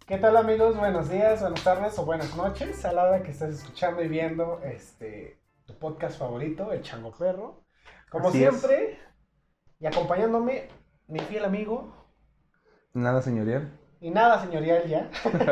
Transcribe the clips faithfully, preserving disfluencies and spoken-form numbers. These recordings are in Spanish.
¿Qué tal, amigos? Buenos días, buenas tardes o buenas noches a la hora que estés escuchando y viendo este tu podcast favorito, El Chango Perro. Como Así siempre, es. y acompañándome, mi fiel amigo, Nada, señorial. y nada señorial ya,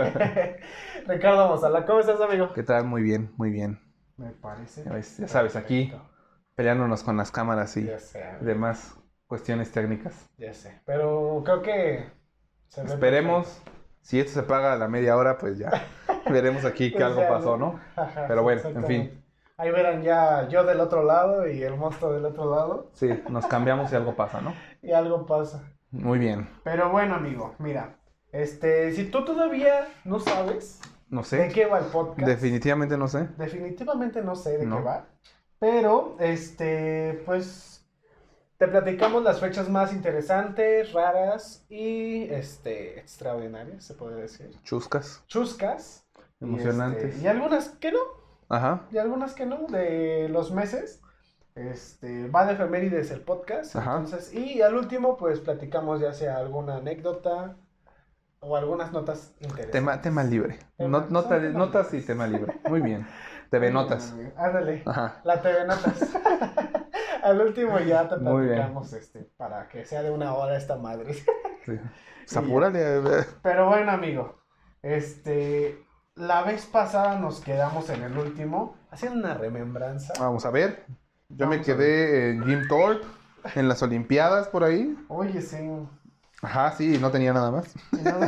Ricardo Mozala. ¿Cómo estás, amigo? ¿Qué tal? Muy bien, muy bien. Me parece. Ya, ves, ya sabes, aquí perfecto. peleándonos con las cámaras y Ya sé, amigo, demás cuestiones técnicas. ya sé. Pero creo que se ve Esperemos, perfecto. si esto se paga a la media hora, pues ya veremos aquí que Pues algo ya, pasó, ¿no? Ajá, Pero bueno, en exactamente. fin, Ahí verán ya yo del otro lado y el monstruo del otro lado. sí, nos cambiamos y algo pasa, ¿no? Y algo pasa. Muy bien. Pero bueno, amigo, mira. Este, si tú todavía no sabes No de sé, qué va el podcast, definitivamente no sé. definitivamente no sé de No. qué va. Pero, este, pues, te platicamos las fechas más interesantes, raras y, este, extraordinarias, se puede decir. Chuscas, Chuscas. Y, emocionantes. este, y algunas que no, Ajá, y algunas que no, de los meses. Este, va de efemérides el podcast, Ajá. entonces, y al último, pues, platicamos ya sea alguna anécdota o algunas notas interesantes. tema, tema libre. Tema- Not- son nota- temas notas y libres. tema libre. Muy bien. T V Muy bien, Notas. amigo. Ándale, Ajá. la T V Notas. Al último ya te Muy bien. platicamos, este, para que sea de una hora esta madre. Sí. Y Pues apúrale. eh, Pero bueno, amigo, este, la vez pasada nos quedamos en el último, haciendo una remembranza. Vamos a ver. Yo me Vamos a quedé en Jim Thorpe, en las Olimpiadas por ahí. Oye, sí. Ajá, sí, no tenía nada más. Y nada.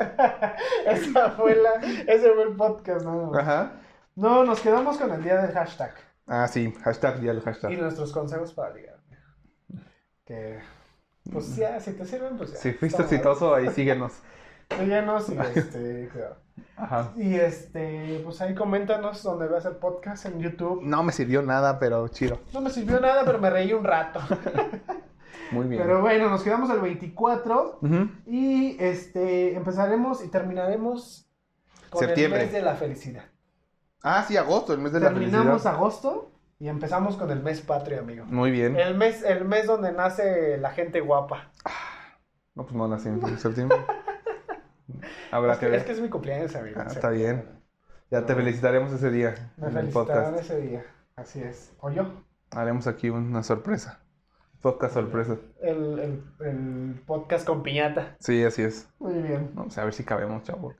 Esa fue la, ese fue el podcast, ¿no? Ajá. No, nos quedamos con el día del hashtag. Ah, sí, hashtag ya el Y hashtag. nuestros consejos para ligar. Que, pues ya, si te sirven, pues ya. Si fuiste Está exitoso, ahí síguenos. mal. Síguenos y este, cuidado. Ajá. Y este, pues ahí coméntanos donde veas el podcast en YouTube. No me sirvió nada, pero chido. No me sirvió nada, pero me reí un rato. Muy bien. Pero bueno, nos quedamos el veinticuatro Ujú. y este, empezaremos y terminaremos con Septiembre. el mes de la felicidad. Ah, sí, agosto, el mes de la Terminamos felicidad. agosto y empezamos con el mes patrio, amigo. Muy bien. El mes, el mes donde nace la gente guapa. No, pues no nací en septiembre. Habrá Es que que, ver. es que es mi cumpleaños, amigo. Ah, en está septiembre. bien. Ya te felicitaremos ese día Me en el felicitarán podcast. ese día. Así es. O yo. Haremos aquí una sorpresa. Podcast sorpresa. El, el, el podcast con piñata. Sí, así es. Muy bien. Vamos a ver si cabemos, chavo. Porque...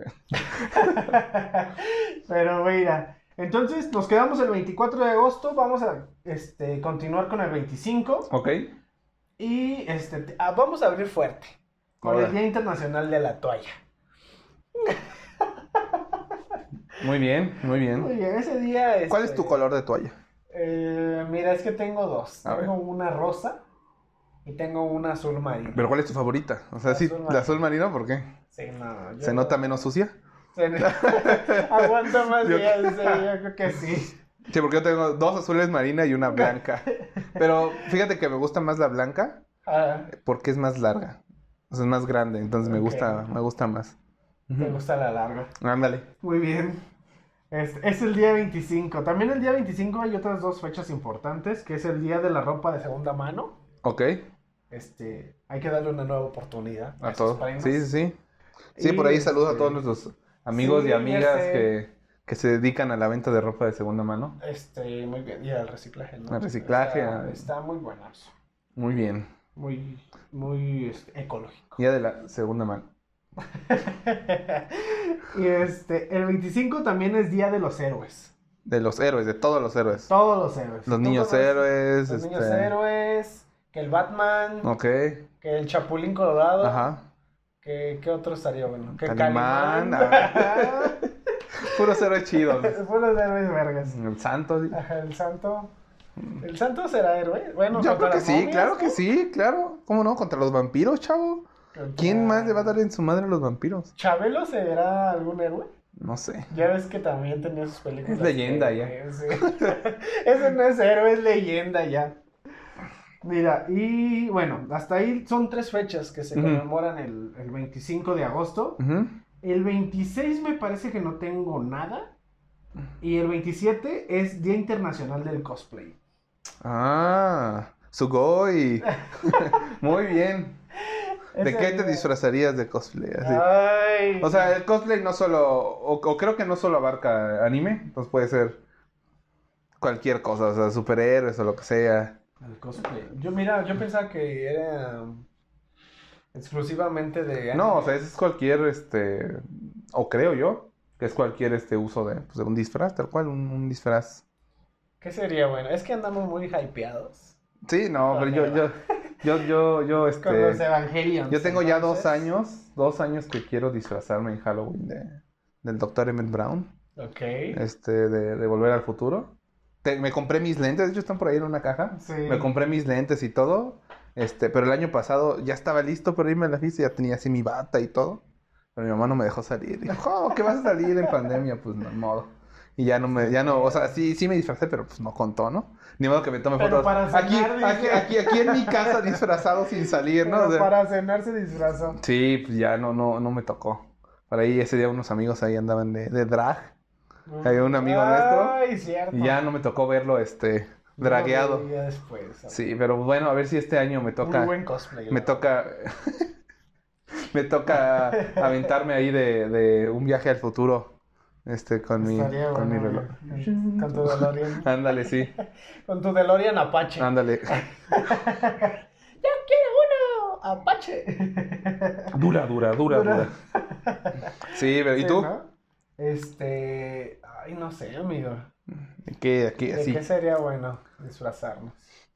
Pero mira, entonces nos quedamos el veinticuatro de agosto. Vamos a este, continuar con el veinticinco. Ok. Y este, te- ah, vamos a abrir fuerte. Con Ahora. el Día Internacional de la Toalla. Muy bien, muy Muy bien. bien, ese día. ¿Cuál este, es tu color de toalla? Eh, mira, es que tengo dos. A Tengo una rosa y tengo una azul marino. ¿Pero cuál es tu favorita? O sea, sí, Azul marino. la azul marino, ¿por qué? Sí, no, yo- ¿Se nota menos sucia? Se- Aguanta más Yo- días, sí, yo creo que sí. Sí, porque yo tengo dos azules marina y una blanca. Pero fíjate que me gusta más la blanca Ah, porque es más larga. O sea, es más grande, entonces me Ok. gusta, me gusta más. te Ujú. gusta la larga. Ándale. Muy bien. Es, es el día veinticinco. También el día veinticinco hay otras dos fechas importantes, que es el día de la ropa de segunda mano. Ok, Este, hay que darle una nueva oportunidad a esos todo. prendas. Sí, sí, sí. Sí, Y, por ahí saludos a este, todos nuestros amigos sí, y ya amigas sé. que, que se dedican a la venta de ropa de segunda mano. Este, muy bien. Y al reciclaje, ¿no? Al reciclaje, Está, a- está muy buenazo. Muy bien. Muy, muy este, ecológico. Día de la segunda mano. Y este, el veinticinco también es Día de los Héroes. De los héroes, de todos los héroes. Todos los héroes. Los ¿Tú niños conoces? héroes, Los este... niños héroes, que el Batman, Ok, que el Chapulín Colorado, ajá. que ¿qué otro estaría bueno? Que Calimán, Calimán. Puros héroes chidos. Puros héroes vergas. El santo. sí. Ajá, el santo. ¿El santo será héroe? Bueno, Yo contra creo que las sí, momias, claro ¿no? que sí, claro. ¿Cómo no? Contra los vampiros, chavo. Contra- ¿Quién más le va a dar en su madre a los vampiros? ¿Chabelo será algún héroe? No sé. Ya ves que también tenía sus películas. Es leyenda de- ya. sí. Ese no es héroe, es leyenda ya. Mira, y bueno, hasta ahí son tres fechas que se Ujú. conmemoran el, el veinticinco de agosto. Ujú. El veintiséis me parece que no tengo nada. Y el veintisiete es Día Internacional del Cosplay. Ah, Sugoi. Muy bien. ¿De Ese qué te día- disfrazarías de cosplay? Así. Ay. O sea, el cosplay no solo, o, o creo que no solo abarca anime, entonces puede ser cualquier cosa, o sea, superhéroes o lo que sea. El cosplay. Yo, mira, yo pensaba que era exclusivamente de No, o anime. sea, ese es cualquier, este, o creo yo, que es cualquier, este, uso de, pues, de un disfraz, tal cual, un, un disfraz. ¿Qué sería bueno? Es que andamos muy hypeados Sí, no, con, pero yo, el- yo, yo, yo, yo, con los este, Evangelions. yo tengo ya dos entonces. años, dos años que quiero disfrazarme en Halloween de, del doctor Emmett Brown, Ok. este, de, de Volver al Futuro. Te- me compré mis lentes, de hecho están por ahí en una caja. Sí. Me compré mis lentes y todo, este, pero el año pasado ya estaba listo para irme a la fiesta, ya tenía así mi bata y todo. Pero mi mamá no me dejó salir. Dijo, "¿Cómo que vas a salir en pandemia?" Pues no, ni modo. Y ya no me, ya no, o sea, sí, sí me disfracé, pero pues no contó, ¿no? Ni modo que me tome Pero fotos. para Aquí, cenar, aquí, dice. aquí, aquí en mi casa disfrazado sin salir, ¿no? Pero O sea, para cenar se disfrazó. sí, pues ya no, no, no me tocó. Por ahí ese día unos amigos ahí andaban de, de drag. Había un amigo nuestro. Ay, cierto. Y ya no me tocó verlo, este, Yo lo dragueado. veía después. Sí, pero bueno, a ver si este año me Muy toca, buen cosplay. me la toca, me toca aventarme ahí de, de un viaje al futuro, este, con mi, Estaría con mi bueno, reloj. eh, con tu DeLorean. Ándale, sí, Con tu DeLorean Apache. ándale. ¡Yo quiero uno! ¡Apache! Dura, dura, dura, dura. Sí, pero ¿y Sí, tú? ¿no? Este. Ay, no sé, amigo. ¿De qué, de qué, ¿De así? qué sería bueno disfrazarnos?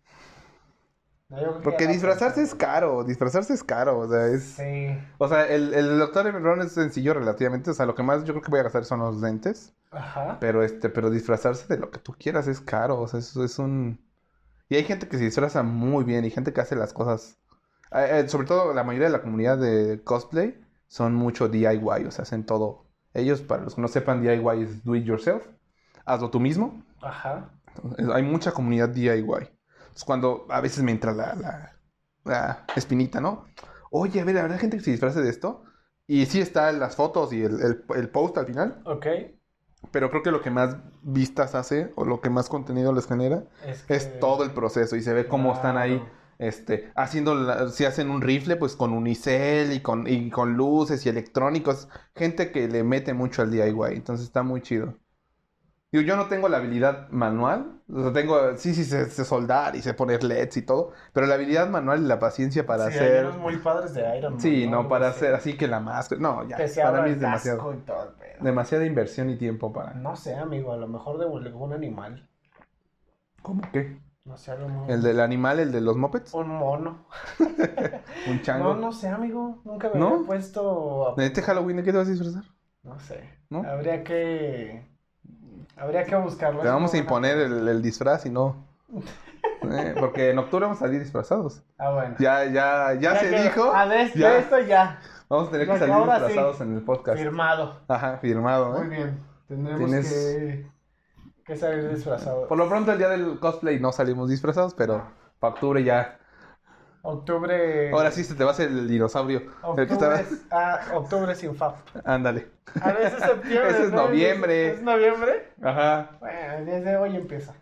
No, yo creo que Porque ya la disfrazarse es pensamos. caro, disfrazarse es caro, o sea, es... Sí. O sea, el, el doctor Emmett Brown es sencillo relativamente, o sea, lo que más yo creo que voy a gastar son los lentes, Ajá. pero este, pero disfrazarse de lo que tú quieras es caro, o sea, eso es un... Y hay gente que se disfraza muy bien y gente que hace las cosas, eh, eh, sobre todo la mayoría de la comunidad de cosplay son mucho D I Y, o sea, hacen todo. Ellos, para los que no sepan, D I Y es do it yourself, hazlo tú mismo. Ajá. Entonces, hay mucha comunidad D I Y. Entonces, cuando a veces me entra la, la, la espinita, ¿no? Oye, a ver, ¿habrá gente que se disfrace de esto? Y sí están las fotos y el, el, el post al final, Ok. pero creo que lo que más vistas hace o lo que más contenido les genera Es que. es todo el proceso y se ve cómo están ahí, Claro. este, haciendo, la- si hacen un rifle, pues con unicel y con, y con luces y electrónicos, gente que le mete mucho al D I Y, entonces está muy chido. Digo, yo no tengo la habilidad manual, o sea, tengo, sí, sí, sé, sé soldar y sé poner L E Ds y todo, pero la habilidad manual y la paciencia para Sí, hay hacer, unos muy padres de Iron Man. sí, no, Algo para así. hacer así que la máscara, no, ya, Que se para abra mí el es casco demasiado, y todo el pedo. demasiada inversión y tiempo para, No sé, amigo, a lo mejor de algún animal. ¿cómo qué? No sé, a lo mejor. ¿El del animal, el de los mopeds? Un mono. ¿Un No, chango? no sé, amigo. Nunca me ¿No? había puesto a... ¿De este Halloween de qué te vas a disfrazar? No sé. ¿No? Habría que... Habría que buscarlo. Te es vamos a una buena imponer el, pregunta. el disfraz y no, eh, porque en octubre vamos a salir disfrazados. Ah, bueno. Ya, ya, ya, se que- dijo, Ah, de, de ya, esto ya. vamos a tener Ya que que salir ahora sí. disfrazados en el podcast. Firmado. Ajá, firmado, ¿eh? Muy bien. Tendremos Tienes- que... que salir disfrazados. Por lo pronto el día del cosplay no salimos disfrazados, pero para octubre ya. Octubre... Ahora sí se te va a hacer el dinosaurio. El que Octubre, estaba... es- ah, octubre sin F A P. Ándale. Ah, no, ese es septiembre. Ese es ¿no? noviembre. ¿Es, es noviembre? Ajá. Bueno, desde hoy empieza.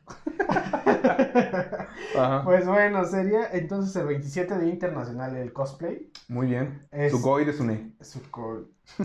Ajá. Pues bueno, sería entonces el veintisiete Día Internacional del Cosplay. Muy bien. Es- Sugoi de Sune. Suco-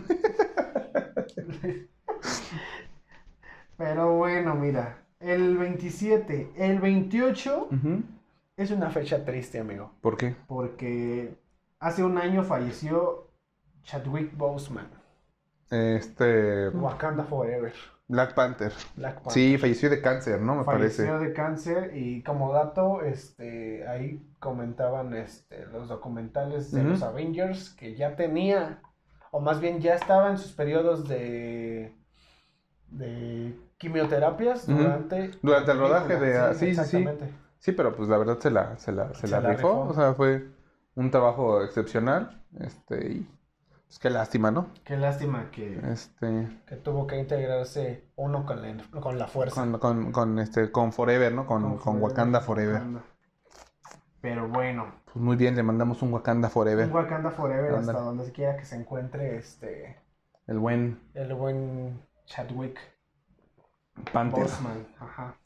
Pero bueno, mira, el veintisiete, el veintiocho Ujú. es una fecha triste, amigo, ¿Por qué? porque hace un año falleció Chadwick Boseman, Este. Wakanda Forever, Black Panther. Black Panther. Sí, falleció de cáncer, ¿no? Me Falleció parece. de cáncer y como dato, este, ahí comentaban este, los documentales de Ujú. los Avengers que ya tenía, o más bien ya estaba en sus periodos de, de quimioterapias Ujú. durante, Durante el la rodaje película. de- sí, sí, sí. exactamente. Sí, pero pues la verdad se la, se la, se Se la la rifó. rifó. O sea, fue un trabajo excepcional. Este, y pues qué lástima, ¿no? Qué lástima que, Este, que tuvo que integrarse uno con la, con la fuerza. con, con, con este, con Forever, ¿no? Con, con Wakanda Forever. Wakanda. Pero bueno, Pues muy bien, le mandamos un Wakanda Forever. un Wakanda Forever hasta Ándale. donde quiera que se encuentre este El buen el buen Chadwick Panther. Boseman. Ajá.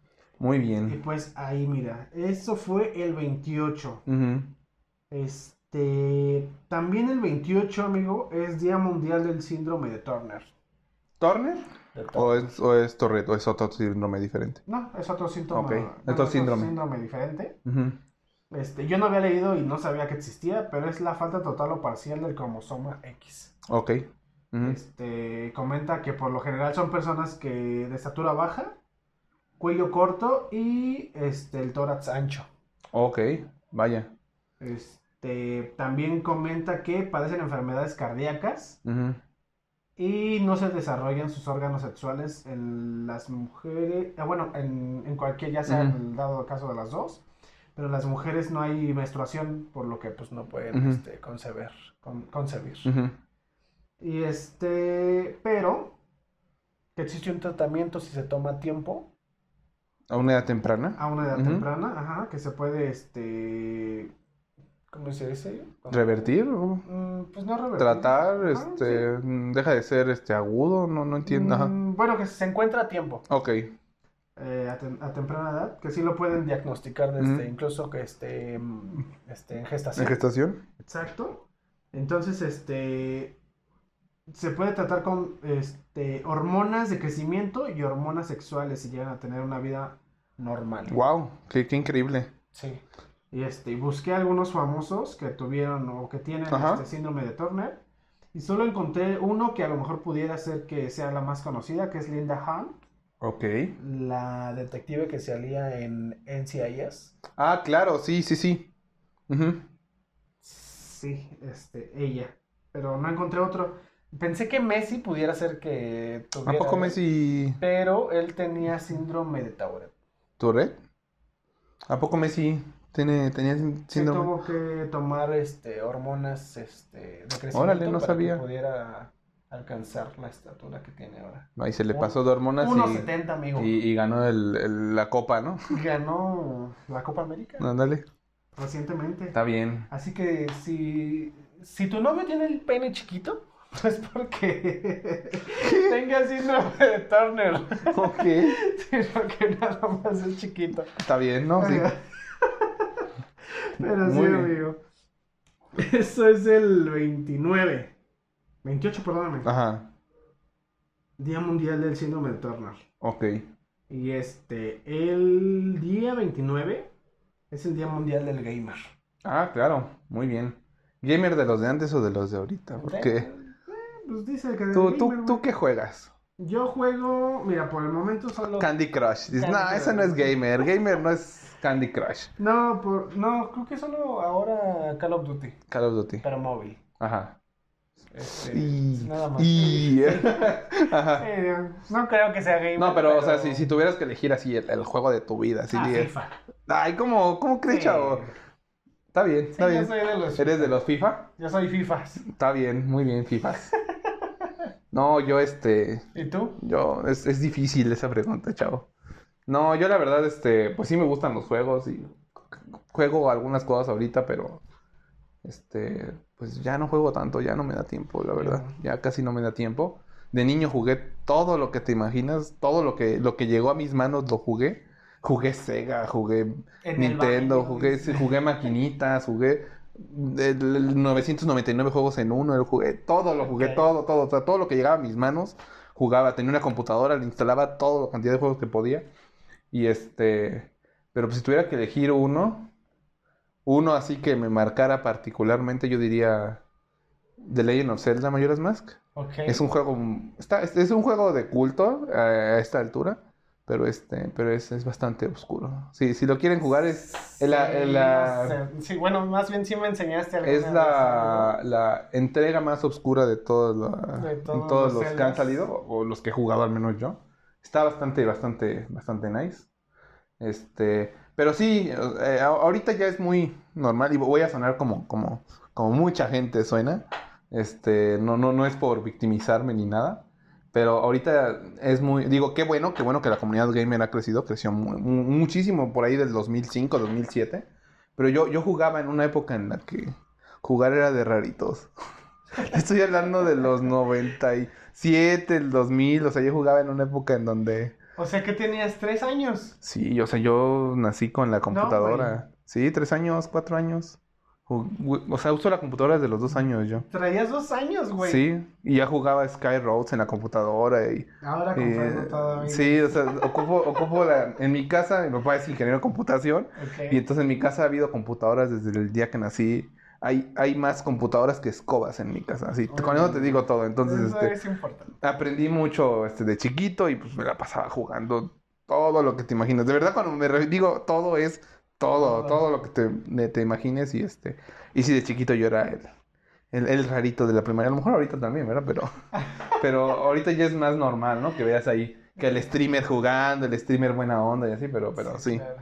Muy Y bien. pues ahí mira, eso fue el veintiocho. Ujú. Este, este, también el veintiocho, amigo, es Día Mundial del Síndrome de Turner. ¿Turner? De ¿O Turner. es, o es Tourette? ¿O es otro síndrome diferente? No, es otro síntoma. Ok, bueno, otro es síndrome. síndrome diferente. Ujú. Este, yo no había leído y no sabía que existía, pero es la falta total o parcial del cromosoma X. Ok. Ujú. Este, comenta que por lo general son personas que de estatura baja, cuello corto y este, el tórax ancho. Ok, vaya. Este, también comenta que padecen enfermedades cardíacas Ujú. y no se desarrollan sus órganos sexuales en las mujeres, eh, bueno, en, en cualquier, ya sea Ujú. en el dado caso de las dos, pero en las mujeres no hay menstruación, por lo que pues no pueden Ujú. este, conceber, con- concebir. Ujú. Y este, pero que existe un tratamiento si se toma a tiempo, A una edad temprana. a una edad Ujú. temprana, ajá, que se puede, este, ¿cómo se dice? Como- ¿Revertir? ¿O Mm, pues no revertir. tratar, Ajá, este, sí. mm, deja de ser este agudo, no, no entiendo. Ajá. Mm, bueno, que se encuentra a tiempo, Ok. eh, a, tem- a temprana edad, que sí lo pueden diagnosticar desde, Ujú. incluso que esté mm, este, en ¿En gestación. gestación? Exacto. Entonces, este, se puede tratar con este, hormonas de crecimiento y hormonas sexuales si llegan a tener una vida normal. Wow, qué, qué increíble. Sí. Y este, busqué algunos famosos que tuvieron o que tienen Ajá. este síndrome de Turner. Y solo encontré uno que a lo mejor pudiera ser que sea la más conocida, que es Linda Hunt, Ok. la detective que salía en N C I S. Ah, claro, sí, sí, sí. Ujú. Sí, este, ella. Pero no encontré otro. Pensé que Messi pudiera ser que ¿A tuviera poco él, Messi pero él tenía síndrome de Tourette. Tourette? ¿A poco Messi tiene, tenía sí- Se síndrome? tuvo que tomar este, hormonas este, de Órale, crecimiento no para que sabía. pudiera alcanzar la estatura que tiene ahora. Ahí se le Un- pasó de hormonas uno y, setenta, amigo. y, y ganó el, el- la copa, ¿no? Ganó la Copa América Ándale. recientemente. Está bien. Así que si, si tu novio tiene el pene chiquito, pues porque tenga síndrome de Turner. Ok. Sí, porque nada más es chiquito. Está bien, ¿no? Sí. Pero sí, Muy bien. amigo. Eso es el veintinueve. veintiocho, perdóname. Ajá. Día Mundial del Síndrome de Turner. Ok. Y este, el día veintinueve es el Día Mundial del Gamer. Ah, claro. Muy bien. ¿Gamer de los de antes o de los de ahorita? Porque Eh, Pues dice que del tú, gamer, tú, güey. ¿tú qué juegas? Yo juego, mira, por el momento solo... Candy Crush. Dices, Candy no, Crush. esa no es gamer. Gamer no es Candy Crush. No, por... no, creo que solo ahora Call of Duty, Call of Duty. pero móvil. Ajá. Este, Y... nada más. y... Sí. Ajá. Eh, no creo que sea gamer. No, pero, o sea, si, si tuvieras que elegir así el, el juego de tu vida, así Ah, digas, FIFA. ay, ¿cómo, cómo crees, Sí. chavo? Está bien, Sí, está yo bien. soy de los ¿Eres de FIFA. los FIFA? Yo soy FIFAs. Está bien, muy bien, FIFAs. No, yo, este, ¿Y tú? yo, es, es difícil esa pregunta, chavo. No, yo la verdad, este, pues sí me gustan los juegos y juego algunas cosas ahorita, pero, este, pues ya no juego tanto, ya no me da tiempo, la verdad. Ya casi no me da tiempo. De niño jugué todo lo que te imaginas, todo lo que, lo que llegó a mis manos lo jugué. Jugué Sega, jugué En el Nintendo, baño, jugué, dice. jugué maquinitas, jugué el- el novecientos noventa y nueve juegos en uno, jugué todo, lo jugué Ok. todo, todo, o sea, todo lo que llegaba a mis manos, jugaba, tenía una computadora, le instalaba toda la cantidad de juegos que podía. Y este, pero pues si tuviera que elegir uno, uno así que me marcara particularmente, yo diría The Legend of Zelda Majora's Mask. Ok. Es un juego, está, es, es un juego de culto eh, a esta altura, pero este, pero es, es bastante oscuro. Sí, si lo quieren jugar es Sí, la, la- no sé. Sí, bueno, más bien sí me enseñaste alguna es vez la, algo la entrega más oscura de todos, la- de todos todos los los que han Zeldas. salido, o los que he jugado al menos yo. Está bastante, bastante, bastante nice. Este, pero sí, eh, a- ahorita ya es muy normal y voy a sonar como, como, como mucha gente suena. Este, no, no, no es por victimizarme ni nada, pero ahorita es muy, digo, qué bueno, qué bueno que la comunidad gamer ha crecido, creció mu- mu- muchísimo por ahí del dos mil cinco, dos mil siete, pero yo, yo jugaba en una época en la que jugar era de raritos. Estoy hablando de los noventa y siete, el dos mil, o sea, yo jugaba en una época en donde... O sea que tenías tres años. Sí, o sea, yo nací con la computadora. güey. Sí, tres años, cuatro años. Ju- O sea, uso la computadora desde los dos años yo. Traías dos años, güey. Sí, y ya jugaba Sky Roads en la computadora y... Ahora y, comprando todo, amigo. sí, o sea, ocupo, ocupo la... En mi casa, mi papá es ingeniero de computación, Ok. y entonces en mi casa ha habido computadoras desde el día que nací. Hay, hay más computadoras que escobas en mi casa, así, con eso te digo todo. Entonces, Eso este, es importante. aprendí mucho este, de chiquito y pues me la pasaba jugando todo lo que te imaginas. De verdad, cuando me re- digo todo es todo, Todo. todo lo que te, me- te imagines y este... Y sí, de chiquito yo era el, el, el rarito de la primaria. A lo mejor ahorita también, ¿verdad? Pero, pero ahorita ya es más normal, ¿no? Que veas ahí que el streamer jugando, el streamer buena onda y así, pero, pero sí. Claro.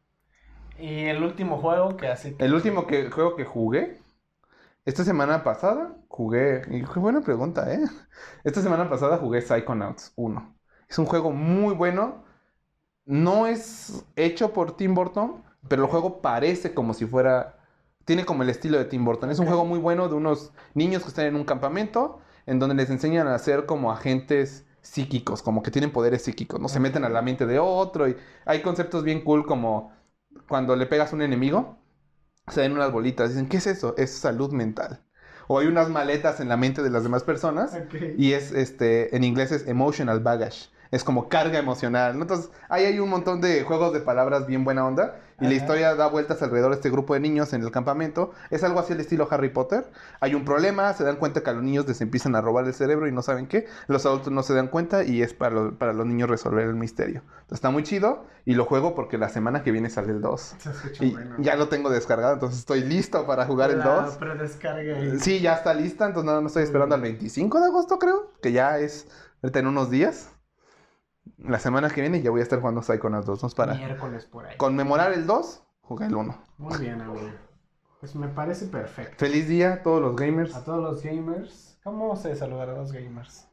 Y el último juego que hace que... El último que, juego que jugué, esta semana pasada, jugué... Y qué buena pregunta, ¿eh? Esta semana pasada jugué Psychonauts uno. Es un juego muy bueno. No es hecho por Tim Burton, pero el juego parece como si fuera... Tiene como el estilo de Tim Burton. Es un Ok. juego muy bueno de unos niños que están en un campamento en donde les enseñan a ser como agentes psíquicos, como que tienen poderes psíquicos, ¿no? Se Ok. meten a la mente de otro y hay conceptos bien cool como cuando le pegas a un enemigo, se ven unas bolitas, dicen, ¿qué es eso? Es salud mental. O hay unas maletas en la mente de las demás personas Ok. y es, este, en inglés es emotional baggage. Es como carga emocional, ¿no? Entonces, ahí hay un montón de juegos de palabras bien buena onda. Y la Ajá. historia da vueltas alrededor de este grupo de niños en el campamento. Es algo así al estilo Harry Potter. Hay un problema, se dan cuenta que a los niños les empiezan a robar el cerebro y no saben qué. Los adultos no se dan cuenta y es para, lo- para los niños resolver el misterio. Entonces, está muy chido y lo juego porque la semana que viene sale el dos. Se escucha Y bueno. ya lo tengo descargado, entonces estoy listo para jugar el La dos. predescarga y- Sí, ya está lista, entonces nada más estoy esperando al veinticinco de agosto, creo, que ya es ahorita en unos días. La semana que viene ya voy a estar jugando Psychonauts dos, ¿no? Para Miércoles por ahí. conmemorar el dos, jugué el uno. Muy bien, amigo. Pues me parece perfecto. Feliz día a todos los gamers. A todos los gamers. ¿Cómo se saludará a los gamers?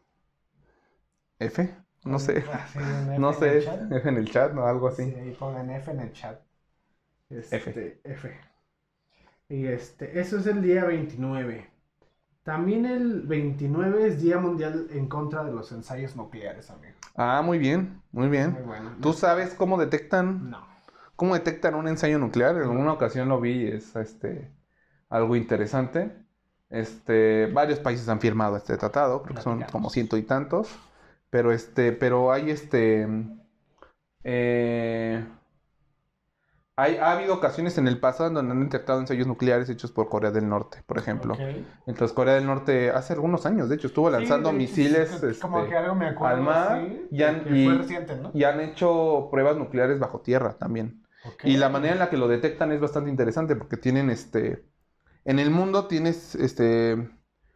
F, no sé. Ah, sí, un F No en sé, el chat. F en el chat, ¿no? Algo así. Sí, ahí pongan F en el chat. Este, F. F. Y este, eso es el día veintinueve. También el veintinueve es Día Mundial en contra de los ensayos nucleares, amigo. Ah, muy bien, muy Muy bien. bueno. ¿Tú sabes cómo detectan, No. cómo detectan un ensayo nuclear? En alguna ocasión lo vi, es este algo interesante. Este, varios países han firmado este tratado, creo que son Platicamos. como ciento y tantos. Pero este, pero hay este, eh, hay, ha habido ocasiones en el pasado en donde han detectado ensayos nucleares hechos por Corea del Norte, por ejemplo. Ok. Entonces Corea del Norte hace algunos años, de hecho, estuvo lanzando Sí, de hecho, misiles sí, como este, que algo me acuerdo, al mar sí, y, han, que y- fue reciente, ¿no? y han hecho pruebas nucleares bajo tierra también. Ok. Y la manera en la que lo detectan es bastante interesante porque tienen este... En el mundo tienes este...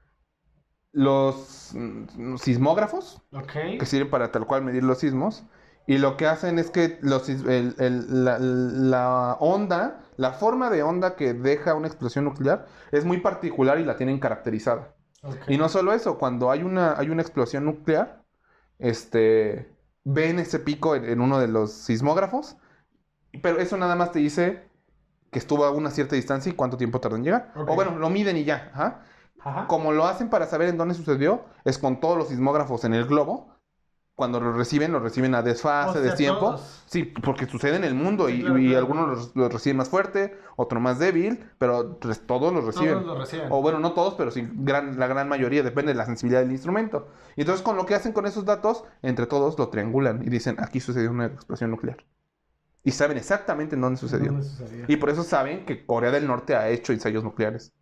los mm, sismógrafos Ok. que sirven para tal cual medir los sismos. Y lo que hacen es que los, sis- el- el- la, la onda, la forma de onda que deja una explosión nuclear es muy particular y la tienen caracterizada. Ok. Y no solo eso, cuando hay una, hay una explosión nuclear, este, ven ese pico en, en uno de los sismógrafos, pero eso nada más te dice que estuvo a una cierta distancia y cuánto tiempo tardó en llegar. Ok. O bueno, lo miden y ya. Ajá. Ajá. Como lo hacen para saber en dónde sucedió, es con todos los sismógrafos en el globo. Cuando lo reciben, lo reciben a desfase, O sea, destiempo. todos. Sí, porque sucede en el mundo Sí, y, claro, y claro. algunos los, los reciben más fuerte, otro más débil, pero res- todos los reciben. Todos lo reciben. O bueno, no todos, pero sí gran, la gran mayoría, depende de la sensibilidad del instrumento. Y entonces con lo que hacen con esos datos, entre todos lo triangulan y dicen, aquí sucedió una explosión nuclear. Y saben exactamente en dónde sucedió. ¿Dónde sucedió? Y por eso saben que Corea del Norte ha hecho ensayos nucleares.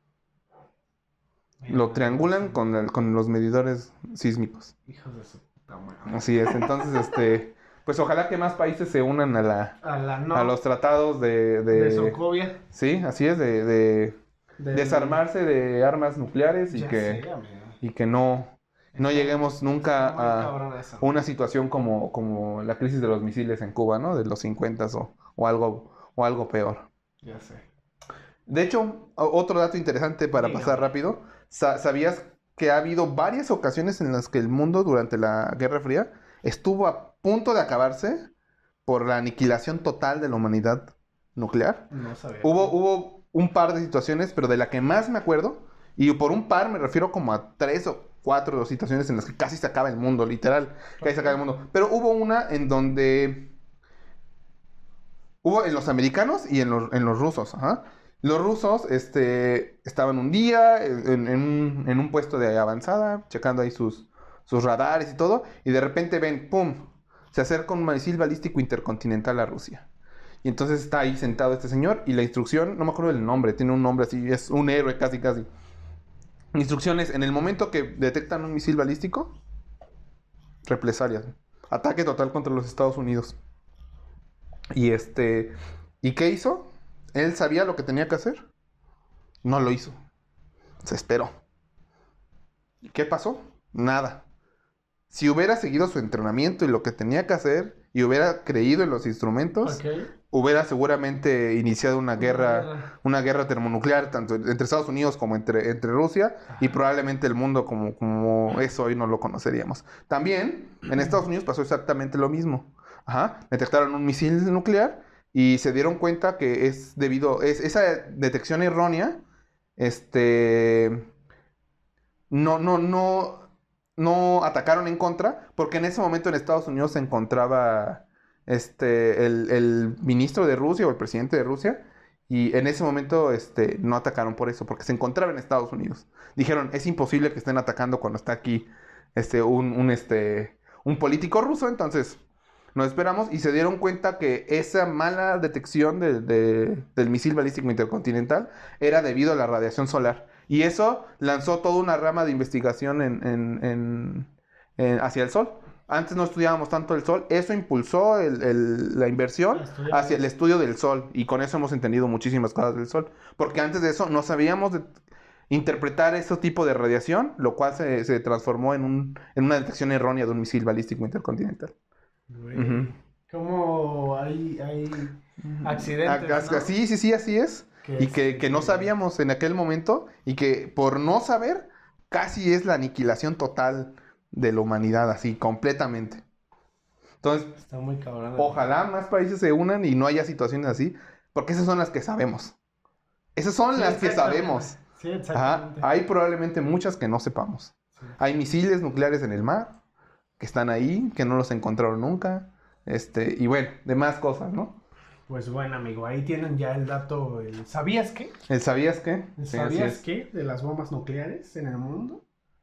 Mira, Lo triangulan con, el- con los medidores sísmicos. Hijos de su puta madre. Así es, entonces, este, pues ojalá que más países se unan a la, A la no. a los tratados de, de, De Sokovia. sí, así es, de, de Del- desarmarse de armas nucleares y Ya que, sé, amigo. y que no, no Está- lleguemos nunca está muy a cabrón eso. una situación como, como la crisis de los misiles en Cuba, ¿no? De los cincuenta o, o algo, o algo peor. Ya sé. De hecho, o- otro dato interesante para Dígame. pasar rápido, sa- ¿sabías que ha habido varias ocasiones en las que el mundo durante la Guerra Fría estuvo a punto de acabarse por la aniquilación total de la humanidad nuclear? No sabía. Hubo, hubo un par de situaciones, pero de la que más me acuerdo, y por un par me refiero como a tres o cuatro situaciones en las que casi se acaba el mundo, literal, casi se acaba el mundo. Pero hubo una en donde hubo en los americanos y en los, en los rusos, ajá. Los rusos este, estaban un día en, en un, en un puesto de avanzada, checando ahí sus, sus radares y todo, y de repente ven, ¡pum! Se acerca un misil balístico intercontinental a Rusia. Y entonces está ahí sentado este señor, y la instrucción, no me acuerdo del nombre, tiene un nombre así, es un héroe casi casi. Instrucciones, en el momento que detectan un misil balístico, represalias, ataque total contra los Estados Unidos. Y este, ¿y qué hizo? Él sabía lo que tenía que hacer. No lo hizo. Se esperó. ¿Y qué pasó? Nada. Si hubiera seguido su entrenamiento y lo que tenía que hacer y hubiera creído en los instrumentos, Okay. hubiera seguramente iniciado una guerra, guerra. una guerra termonuclear tanto entre Estados Unidos como entre, entre Rusia. Ajá. Y probablemente el mundo como, como es hoy no lo conoceríamos. También en Estados Unidos pasó exactamente lo mismo. Ajá. Detectaron un misil nuclear y se dieron cuenta que es debido es esa detección errónea, este, no, no, no, no atacaron en contra, porque en ese momento en Estados Unidos se encontraba este, el, el ministro de Rusia o el presidente de Rusia, y en ese momento este, no atacaron por eso, porque se encontraba en Estados Unidos. Dijeron, es imposible que estén atacando cuando está aquí este, un, un, este, un político ruso, entonces nos esperamos, y se dieron cuenta que esa mala detección de, de, del misil balístico intercontinental era debido a la radiación solar. Y eso lanzó toda una rama de investigación en, en, en, en, hacia el Sol. Antes no estudiábamos tanto el Sol. Eso impulsó el, el, la inversión hacia el estudio del Sol. Y con eso hemos entendido muchísimas cosas del Sol. Porque antes de eso no sabíamos de interpretar ese tipo de radiación, lo cual se, se transformó en, un, en una detección errónea de un misil balístico intercontinental. Uh-huh. ¿Cómo hay, hay accidentes? A, a, ¿no? Sí, sí, sí, así es. Que y que, que no sabíamos en aquel momento, y que por no saber, casi es la aniquilación total de la humanidad, así, completamente. Entonces, está muy cabrón. Ojalá más países se unan y no haya situaciones así, porque esas son las que sabemos. Esas son sí, las que sabemos. Sí, exactamente. Ajá. Hay probablemente muchas que no sepamos. Sí. Hay misiles nucleares en el mar, que están ahí, que no los encontraron nunca. Este, y bueno, demás cosas, ¿no? Pues bueno, amigo, ahí tienen ya el dato, el ¿sabías qué? ¿El sabías qué? ¿El sabías sí, qué? De las bombas nucleares en el mundo.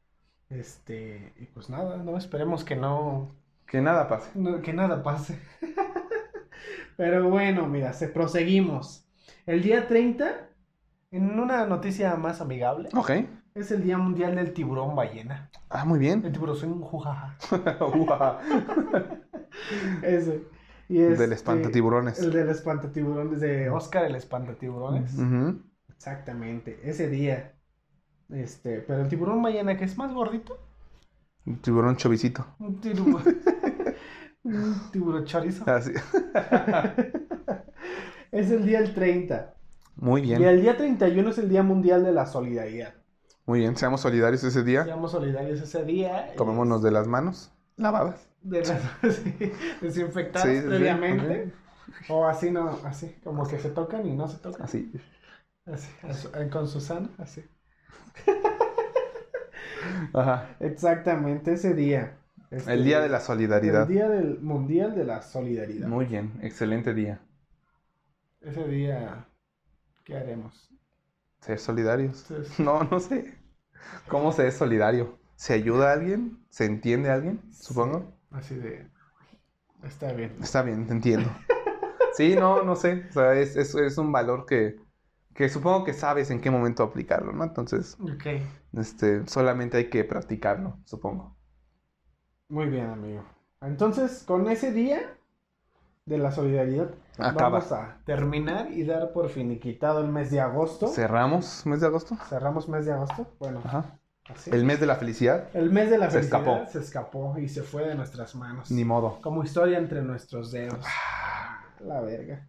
Este, y pues nada, no esperemos que no... Que nada pase. No, que nada pase. Pero bueno, mira, se proseguimos. El día treinta, en una noticia más amigable. Ok. Es el Día Mundial del Tiburón Ballena. Ah, muy bien. El tiburón es un jujaja. Ujaja. Ese. Y este, del espantatiburones. El del espantatiburones, de Oscar el espantatiburones. Uh-huh. Exactamente, ese día. Este, pero el tiburón ballena, que es más gordito. Un tiburón chovicito. Un tiburón. Un tiburón chorizo. Ah, sí. Es el día el treinta. Muy bien. Y el día treinta y uno es el Día Mundial de la Solidaridad. Muy bien, seamos solidarios ese día. Seamos solidarios ese día. Tomémonos es... de las manos lavadas. De las sí, desinfectadas sí, previamente. Sí. O así no, así, como que se tocan y no se tocan. Así. Así, así con Susana, así. Ajá. Exactamente, ese día. Este, el Día de la Solidaridad. El Día del Mundial de la Solidaridad. Muy bien, excelente día. Ese día, ¿qué haremos? Ser solidarios. Sí. No, no sé. ¿Cómo se es solidario? ¿Se ayuda a alguien? ¿Se entiende a alguien? Supongo. Sí, así de... Está bien. Está bien, te entiendo. Sí, no, no sé. O sea, es, es, es un valor que, que supongo que sabes en qué momento aplicarlo, ¿no? Entonces, okay. este, solamente hay que practicarlo, supongo. Muy bien, amigo. Entonces, con ese día de la solidaridad, acaba. Vamos a terminar y dar por finiquitado el mes de agosto. ¿Cerramos mes de agosto? Cerramos mes de agosto. Bueno, ajá. Así. El mes de la felicidad. El mes de la se felicidad escapó. se escapó y se fue de nuestras manos. Ni modo. Como historia entre nuestros dedos. Ah, la verga.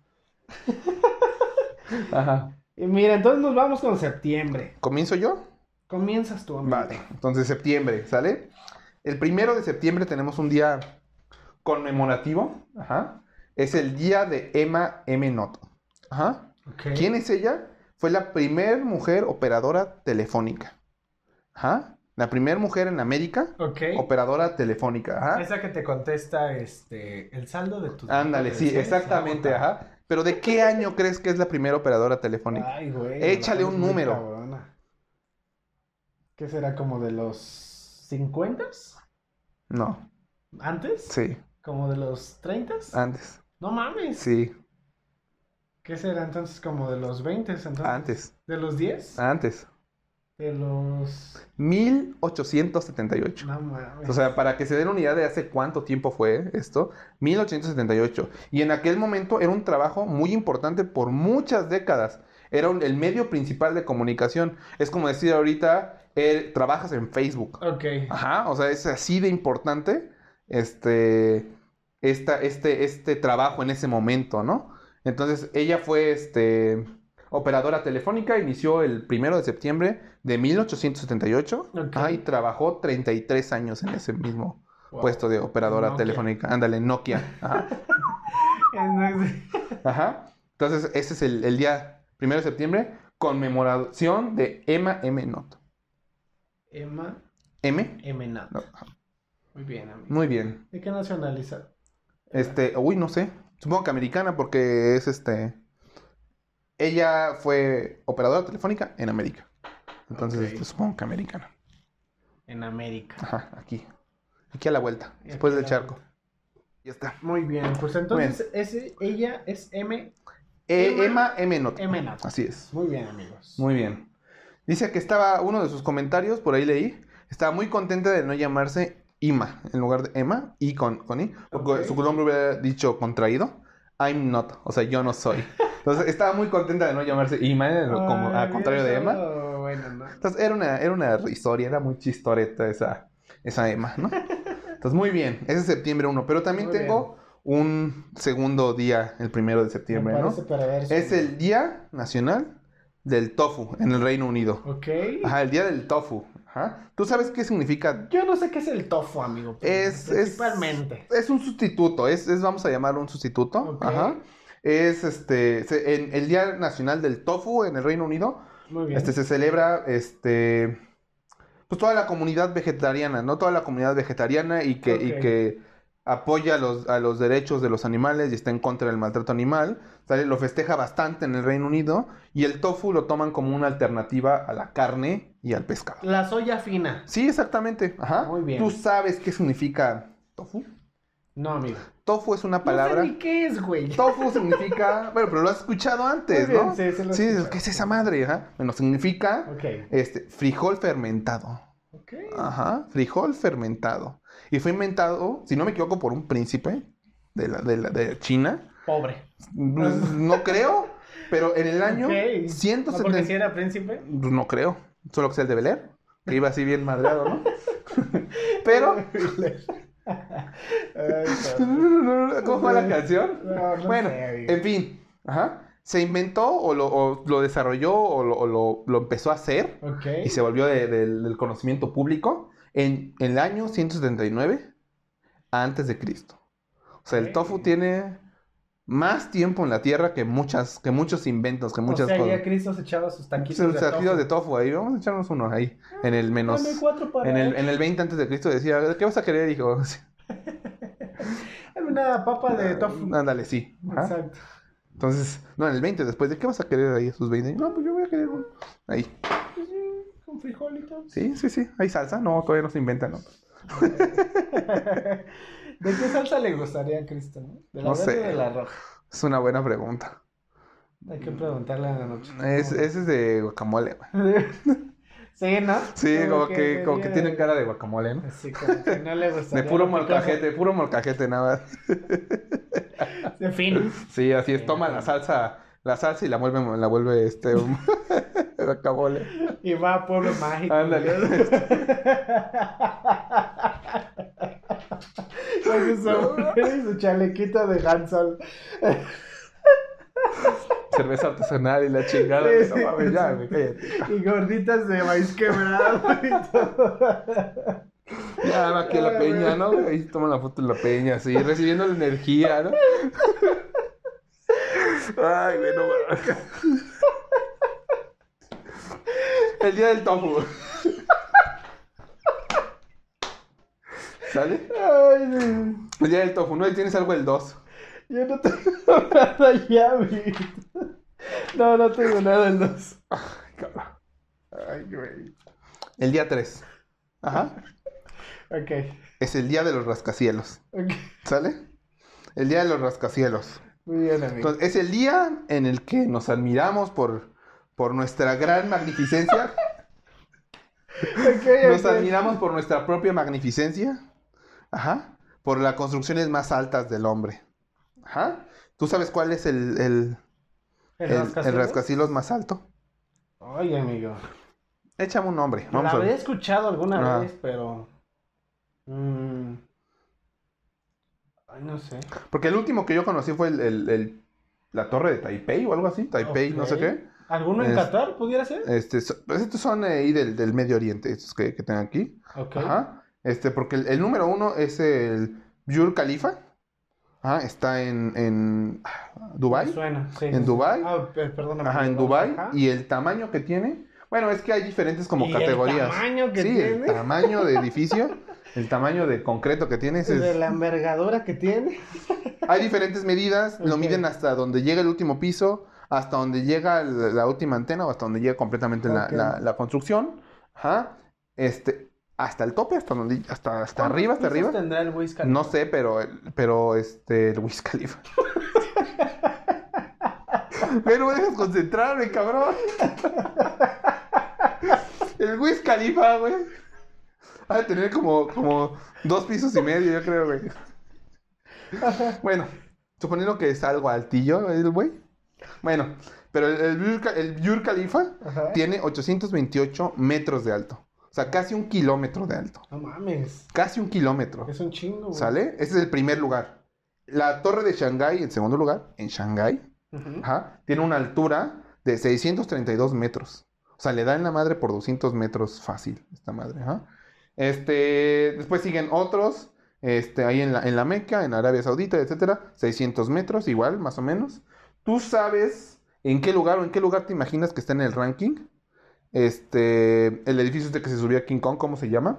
Ajá. Y mira, entonces nos vamos con septiembre. ¿Comienzo yo? Comienzas tú, amigo. Vale, entonces septiembre, ¿sale? El primero de septiembre tenemos un día conmemorativo. Ajá. Es el día de Emma M. Noto. Ajá. Okay. ¿Quién es ella? Fue la primer mujer operadora telefónica. Ajá. La primera mujer en América, okay. operadora telefónica. Ajá. Esa que te contesta este el saldo de tus... Ándale, sí, exactamente, ajá. Pero ¿de qué año crees que es la primera operadora telefónica? Ay, güey. Échale la un pones muy número. cabrona. ¿Qué será como de los cincuenta? No, ¿Antes? sí, ¿Como de los treinta? antes. No mames. Sí, ¿Qué será entonces como de los veinte entonces? antes. ¿De los diez? Antes. De los... mil ochocientos setenta y ocho. No mames. O sea, para que se den una idea de hace cuánto tiempo fue esto, mil ochocientos setenta y ocho. Y en aquel momento era un trabajo muy importante por muchas décadas. Era un- el medio principal de comunicación. Es como decir ahorita, eh, trabajas en Facebook. Ok. Ajá, o sea, es así de importante este, esta, este, este trabajo en ese momento, ¿no? Entonces, ella fue este, operadora telefónica, inició el primero de septiembre de mil ochocientos setenta y ocho. Ok. Ajá, y trabajó treinta y tres años en ese mismo Wow. puesto de operadora Nokia. telefónica. Ándale, Nokia. Ajá. Entonces... Ajá. Entonces, ese es el, el día primero de septiembre, conmemoración de Emma M. Not. Emma M. M. Nat. No. Muy bien, amigo. Muy bien. ¿De qué nacionalidad? Este, uy, no sé. Supongo que americana porque es este. Ella fue operadora telefónica en América. Entonces, Ok. este, supongo que americana. En América. Ajá, aquí. Aquí a la vuelta, Y después aquí del a la charco. vuelta. Ya está. Muy bien, pues entonces ese, ella es M. Eh, Emma- Emma M. Not. M. Nat. Así es. Muy bien, amigos. Muy bien. Dice que estaba, uno de sus comentarios, por ahí leí, estaba muy contenta de no llamarse Ima, en lugar de Emma, y con, con I, porque Ok. su nombre hubiera dicho contraído, I'm not, o sea, yo no soy. Entonces, estaba muy contenta de no llamarse Ima, eh, como Ay, al contrario de Emma. eso, bueno, no. Entonces, era una, era una historia, era muy chistoreta esa, esa Emma, ¿no? Entonces, muy bien, ese es septiembre uno, pero también Muy tengo un segundo día, el primero de septiembre, Me ¿no? parece perverso. Es el Día Nacional del Tofu en el Reino Unido. Ok. Ajá, el día del tofu. Ajá. ¿Tú sabes qué significa? Yo no sé qué es el tofu, amigo. Es, es, Principalmente. es un sustituto, es, es, vamos a llamarlo un sustituto. Ok. Ajá. Es este, se- en el Día Nacional del Tofu en el Reino Unido, Muy bien. este se celebra, este, pues toda la comunidad vegetariana, ¿no? Toda la comunidad vegetariana y que, y Ok. que apoya a los, a los derechos de los animales y está en contra del maltrato animal. ¿Sale? Lo festeja bastante en el Reino Unido y el tofu lo toman como una alternativa a la carne y al pescado. La soya fina. Sí, exactamente. Ajá. Muy bien. ¿Tú sabes qué significa tofu? No, amigo. Tofu es una No palabra. sé ni qué es, güey. Tofu significa. Bueno, pero lo has escuchado antes, Muy bien, ¿no? sí, sí lo he Sí, escuchado. ¿qué es esa madre? Ajá. Bueno, significa Ok. este, frijol fermentado. Ok. Ajá, frijol fermentado. Y fue inventado, si no me equivoco, por un príncipe de, la, de, la, de China. Pobre. No creo, pero en el año Ok. ciento ¿No porque setenta. si era príncipe? No creo, solo que sea el de Bel Air, que iba así bien madreado, ¿no? Pero, Ay, cabrón. ¿cómo fue la canción? No, no Bueno, sé, amigo. en fin, ajá. Se inventó o lo, o lo desarrolló o, lo, o lo, lo empezó a hacer Ok. y se volvió de- de- del conocimiento público en, en el año ciento setenta y nueve antes de Cristo. O sea, el Ok. tofu tiene más tiempo en la tierra que muchas, que muchos inventos, que muchas o sea, cosas. ya Cristo se echaba sus taquitos Sus de taquitos tofu. de tofu ahí, vamos a echarnos uno ahí. En el menos. Dame cuatro para... En el, en el veinte antes de Cristo decía, ¿qué vas a querer, hijo? Dame una papa de tofu. Ándale, sí. Ajá. Exacto. Entonces, no, en el veinte después, ¿de qué vas a querer ahí esos veinte? No, pues yo voy a querer uno. Ahí. Pues sí, con frijolitos. Sí, sí, sí. ¿Hay salsa? No, todavía no se inventa, ¿no? ¿De qué salsa le gustaría a Cristo, no? ¿De la No verde sé. o de la roja? Es una buena pregunta. Hay que preguntarle a la noche. Es, ese es de guacamole, güey. Sí, ¿no? Sí, como que, como que sería- tienen cara de guacamole, ¿no? Sí, como que no le De gustaría. puro lo picoso. molcajete, puro molcajete nada más. En fin. Sí, así es, Sí, toma no. la salsa, la salsa y la vuelve, la vuelve este un guacamole. Y va a Pueblo Mágico. Ándale. Con su sombrero y su chalequito de Hansel. Cerveza artesanal y la chingada. Sí, No sí, mames, ya, sí. güey, cállate. Y gorditas de maíz quebrado y todo. Ya, va aquí a la peña, ¿no? Ahí toman la foto en la peña, así, recibiendo la energía, ¿no? Ay, güey, no mames. El día del tofu. ¿Sale? Ay, sí. El día del tofu, ¿no? ¿Tienes algo el dos? Yo no tengo nada ya, amiguito. No, no tengo nada en dos. Ay, cabrón. Ay, güey. El día tres. Ajá. Ok. Es el día de los rascacielos. Ok. ¿Sale? El día de los rascacielos. Muy bien, amigo. Entonces, es el día en el que nos admiramos por, por nuestra gran magnificencia. Okay, Nos okay. admiramos por nuestra propia magnificencia. Ajá. Por las construcciones más altas del hombre. Ajá. ¿Tú sabes cuál es el, el, ¿El, el, rascacielos? el rascacielos más alto? Ay, amigo. Échame un nombre. La Vamos a habría ver. escuchado alguna Ah. vez, pero... mm, Ay, no sé. Porque el último que yo conocí fue el, el- el- la torre de Taipei o algo así. Taipei, no sé Ok. qué. ¿Alguno en Es- Qatar pudiera ser? Este, so- pues estos son eh, ahí del, del Medio Oriente, estos que, que tengo aquí. Ok. Ajá. Este, porque el, el número uno es el Burj Khalifa. Ajá, está en, en Me Dubái. suena, sí, ¿En sí, sí. Dubái? Ah, pe- perdóname. Ajá, en Dubái, Dubái. ajá. Y el tamaño que tiene. Bueno, es que hay diferentes como ¿Y el categorías. tamaño que sí, tiene? el tamaño de edificio, el tamaño de concreto que tiene. ese De es- la envergadura que tiene. Hay diferentes medidas, lo Ok. miden hasta donde llega el último piso, hasta donde llega la, la última antena o hasta donde llega completamente la, Ok. la- la construcción. Ajá. Este, hasta el tope, hasta donde, hasta, hasta ¿Cuántos arriba, hasta pisos arriba. tendrá el Wiz Khalifa? No sé, pero, pero este, el Wiz Khalifa. Güey, no me dejas concentrarme, cabrón. El Wiz Khalifa, güey. Ha de tener como, como dos pisos y medio, yo creo, güey. Bueno, suponiendo que es algo altillo el güey. Bueno, pero el, el, Burj Kha- el Burj Khalifa Ajá. tiene ochocientos veintiocho metros de alto. O sea, casi un kilómetro de alto. No mames. Casi un kilómetro. Es un chingo, güey. ¿Sale? Ese es el primer lugar. La torre de Shanghái, en segundo lugar, en Shanghái, Ujú. ajá, tiene una altura de seiscientos treinta y dos metros. O sea, le da en la madre por doscientos metros fácil esta madre. Ajá. Este, después siguen otros, este, ahí en la, en la Meca, en Arabia Saudita, etcétera, seiscientos metros, igual, más o menos. ¿Tú sabes en qué lugar o en qué lugar te imaginas que está en el ranking? Este, el edificio este que se subió a King Kong, ¿cómo se llama?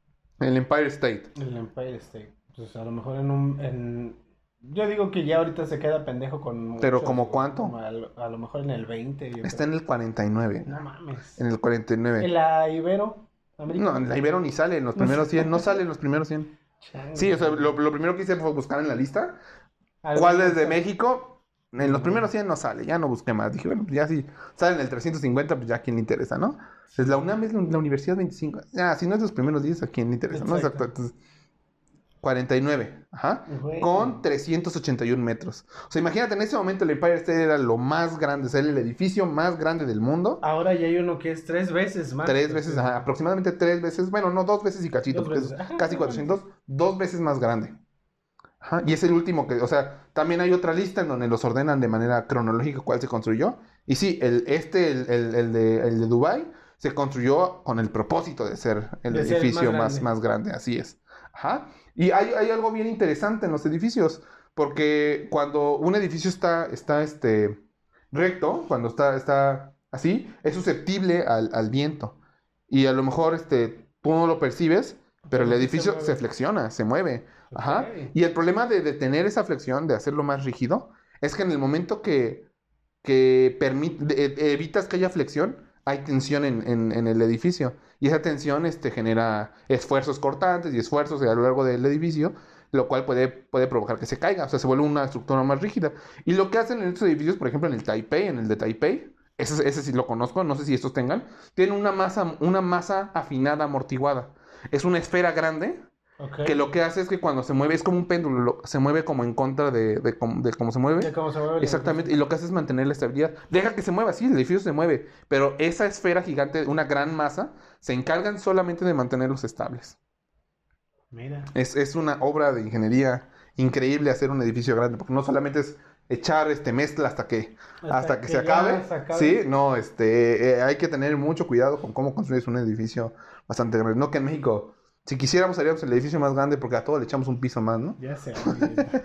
El Empire State. El Empire State. Pues a lo mejor en un... En... Yo digo que ya ahorita se queda pendejo con... Pero, muchos, ¿como güey, cuánto? como a, lo, a lo mejor en el veinte. Yo Está creo. en el cuarenta y nueve. No mames. En el cuarenta y nueve. ¿En la Ibero? No, en la Ibero ni sale en los primeros cien. No sale en los primeros cien. Chango. Sí, o sea, lo, lo primero que hice fue buscar en la lista. ¿Algo ¿Cuál más? es de México? En los Ujú. primeros cien no sale. Ya no busqué más. Dije, bueno, pues ya si sale en el trescientos cincuenta, pues ya a quién le interesa, ¿no? Pues la UNAM es la, la Universidad veinticinco. Ah, si no es de los primeros diez, a quién le interesa, ¿no? Exacto. Exacto. Entonces, cuarenta y nueve. Ajá. Güey. Con trescientos ochenta y uno metros. O sea, imagínate, en ese momento el Empire State era lo más grande. O sea, era el edificio más grande del mundo. Ahora ya hay uno que es tres veces más. Tres veces, ajá, aproximadamente tres veces, bueno, no, dos veces y cachito, Dos porque veces, es ajá, casi no cuatrocientos, dos veces más grande. Ajá, y es el último que, o sea, también hay otra lista en donde los ordenan de manera cronológica cuál se construyó. Y sí, el, este, el, el, el de, el de Dubái, se construyó con el propósito de ser el De ser el edificio más más, grande. más grande, así es. Ajá. Y hay, hay algo bien interesante en los edificios, porque cuando un edificio está, está este, recto, cuando está, está así, es susceptible al, al viento. Y a lo mejor este, tú no lo percibes, pero el Pero sí se edificio mueve. se flexiona, se mueve. Ajá. Ok. Y el problema de detener esa flexión, de hacerlo más rígido, es que en el momento que, que permit- de- e- evitas que haya flexión, hay tensión en, en- en el edificio. Y esa tensión este, genera esfuerzos cortantes y esfuerzos a lo largo del edificio, lo cual puede, puede provocar que se caiga, o sea, se vuelve una estructura más rígida. Y lo que hacen en estos edificios, por ejemplo, en el Taipei, en el de Taipei, ese, ese sí lo conozco, no sé si estos tengan, tienen una masa, una masa afinada amortiguada. Es una esfera grande Ok. que lo que hace es que cuando se mueve, es como un péndulo, lo- se mueve como en contra de, de, cómo- de cómo se mueve. De cómo se mueve el Exactamente, y lo que hace es mantener la estabilidad. Deja que se mueva, sí, el edificio se mueve, pero esa esfera gigante, una gran masa, se encargan solamente de mantenerlos estables. Mira. Es, es una obra de ingeniería increíble hacer un edificio grande, porque no solamente es echar este mezcla hasta que, hasta, Hasta que, que se ya acabe. se acabe. Sí, no, este, eh, hay que tener mucho cuidado con cómo construyes un edificio bastante grande. No que en México, si quisiéramos, haríamos el edificio más grande porque a todo le echamos un piso más, ¿no? Ya sé. amiguito.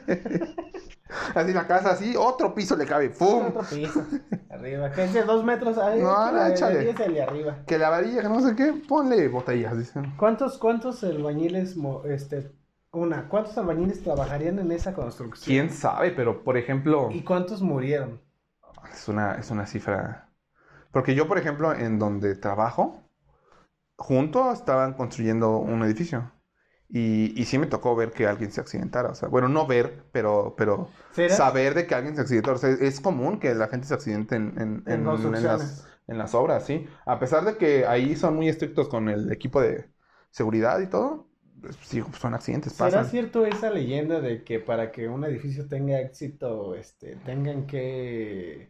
Así la casa, así, otro piso le cabe, ¡pum! Otro piso. Arriba. Que es de dos metros. Ahí, No, no, échale. es el de arriba. Que la varilla, que no sé qué, ponle botellas, dicen. ¿Cuántos, cuántos albañiles mo- este, una, ¿cuántos albañiles trabajarían en esa construcción? ¿Quién sabe? Pero, por ejemplo, ¿Y cuántos murieron? es una, es una cifra... Porque yo, por ejemplo, en donde trabajo, junto estaban construyendo un edificio. Y, y sí me tocó ver que alguien se accidentara. O sea, bueno, no ver, pero, pero ¿Será? saber de que alguien se accidentó. O sea, es común que la gente se accidente en, en, En en- en construcciones. las, en las obras, ¿sí? A pesar de que ahí son muy estrictos con el equipo de seguridad y todo, pues, sí, son accidentes, ¿Será pasan. cierto esa leyenda de que para que un edificio tenga éxito, este, tengan que,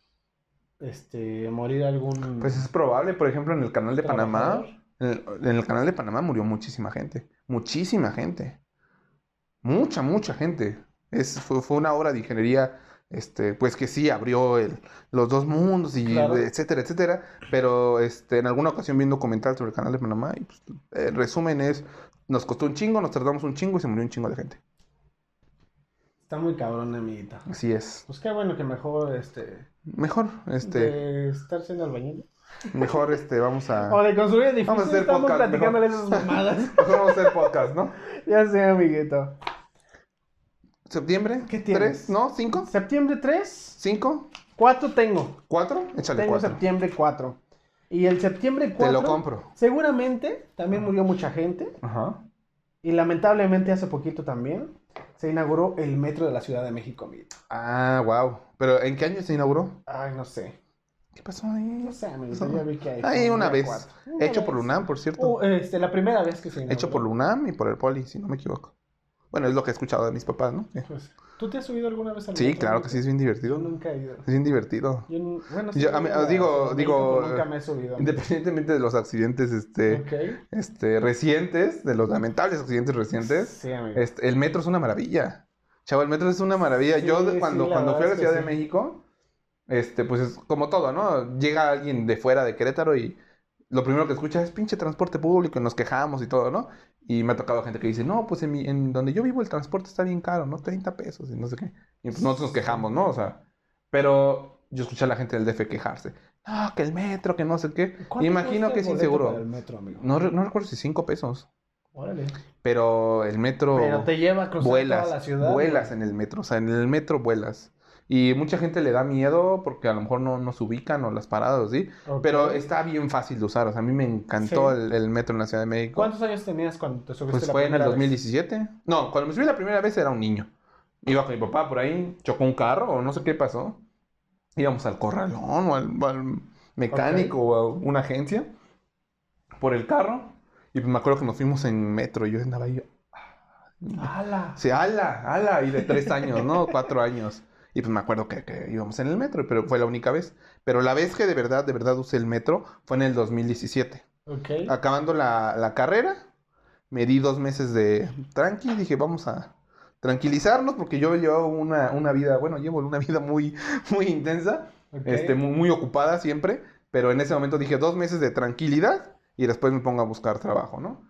este, morir algún Pues es probable, por ejemplo, en el canal de trabajador? Panamá, en el, en el canal de Panamá murió muchísima gente. Muchísima gente. Mucha, mucha gente. Es, fue, fue una obra de ingeniería, este, pues que sí abrió el, los dos mundos y Claro. etcétera, etcétera. Pero este, en alguna ocasión vi un documental sobre el canal de Panamá y pues, el resumen es, nos costó un chingo, nos tardamos un chingo y se murió un chingo de gente. Está muy cabrón, amiguita. Así es. Pues qué bueno que mejor, este, Mejor, este, de estar siendo albañil. mejor, este, vamos a... O de construir edificios, Vamos a hacer estamos podcast, platicándole mejor. esas mamadas. Mejor vamos a hacer podcast, ¿no? Ya sé, amiguito. ¿Septiembre? ¿Qué tienes? ¿Tres? ¿No? ¿Cinco? ¿Septiembre tres? ¿Cinco? cuatro tengo. ¿Cuatro? Échale Tengo cuatro. septiembre cuatro. Y el septiembre cuatro... Te lo compro. Seguramente también murió mucha gente. Ajá. Y lamentablemente hace poquito también se inauguró el metro de la Ciudad de México, amiguito. Ah, wow. ¿Pero en qué año se inauguró? Ay, no sé. ¿Qué pasó ahí? No sé, amiguito, Eso- ya vi que hay. Ahí como una día vez. cuatro. Una Hecho por la vez. UNAM, por cierto. Uh, este, la primera vez que se inauguró. Hecho por la UNAM y por el Poli, si no me equivoco. Bueno, es lo que he escuchado de mis papás, ¿no? Que- Pues, ¿tú te has subido alguna vez al Sí, metro, claro que sí, es amiguito? bien Yo divertido. nunca he ido. Es bien divertido. Yo, nu- bueno, sí, Yo, he a mí- ido a digo- Ciudad de digo, México, pero nunca me he subido. Independientemente de los accidentes este, Ok. este, recientes, de los lamentables accidentes recientes, Sí, amigo. este, el metro es una maravilla. Chavo, el metro es una maravilla. Sí, Yo de- sí, cuando, la cuando fui a verdad la es que Ciudad de sí. México, este, pues es como todo, ¿no? Llega alguien de fuera de Querétaro y lo primero que escucha es pinche transporte público y nos quejamos y todo, ¿no? Y me ha tocado gente que dice, no, pues en, mi- en donde yo vivo el transporte está bien caro, ¿no? treinta pesos y no sé qué. Y pues nosotros nos quejamos, ¿no? O sea, pero yo escuché a la gente del D F quejarse. No, que el metro, que no sé qué. ¿Cuánto Imagino cuesta que el es boleto inseguro. para el metro, amigo? No, re- no recuerdo si cinco pesos. Órale. Pero el metro... Pero te lleva a cruzar vuelas, toda la ciudad. vuelas güey. en el metro, o sea, en el metro vuelas. Y mucha gente le da miedo porque a lo mejor no nos ubican o las paradas, ¿sí? Ok. Pero está bien fácil de usar, o sea, a mí me encantó Sí. el, el metro en la Ciudad de México. ¿Cuántos años tenías cuando te subiste Pues la fue en el primera dos mil vez? diecisiete. No, cuando me subí la primera vez era un niño. Iba con mi papá por ahí, chocó un carro o no sé qué pasó. Íbamos al corralón o al, o al mecánico Ok. o a una agencia por el carro. Y pues me acuerdo que nos fuimos en metro y yo andaba ahí. ¡Hala! Sí, ala, ala, y de tres años, ¿no? Cuatro años. Y pues me acuerdo que, que íbamos en el metro, pero fue la única vez. Pero la vez que de verdad, de verdad usé el metro fue en el dos mil diecisiete. Ok. Acabando la, la carrera, me di dos meses de tranqui, dije, vamos a tranquilizarnos, porque yo llevo una, una vida, bueno, llevo una vida muy, muy intensa, Ok. este, muy, muy ocupada siempre, pero en ese momento dije, dos meses de tranquilidad y después me pongo a buscar trabajo, ¿no?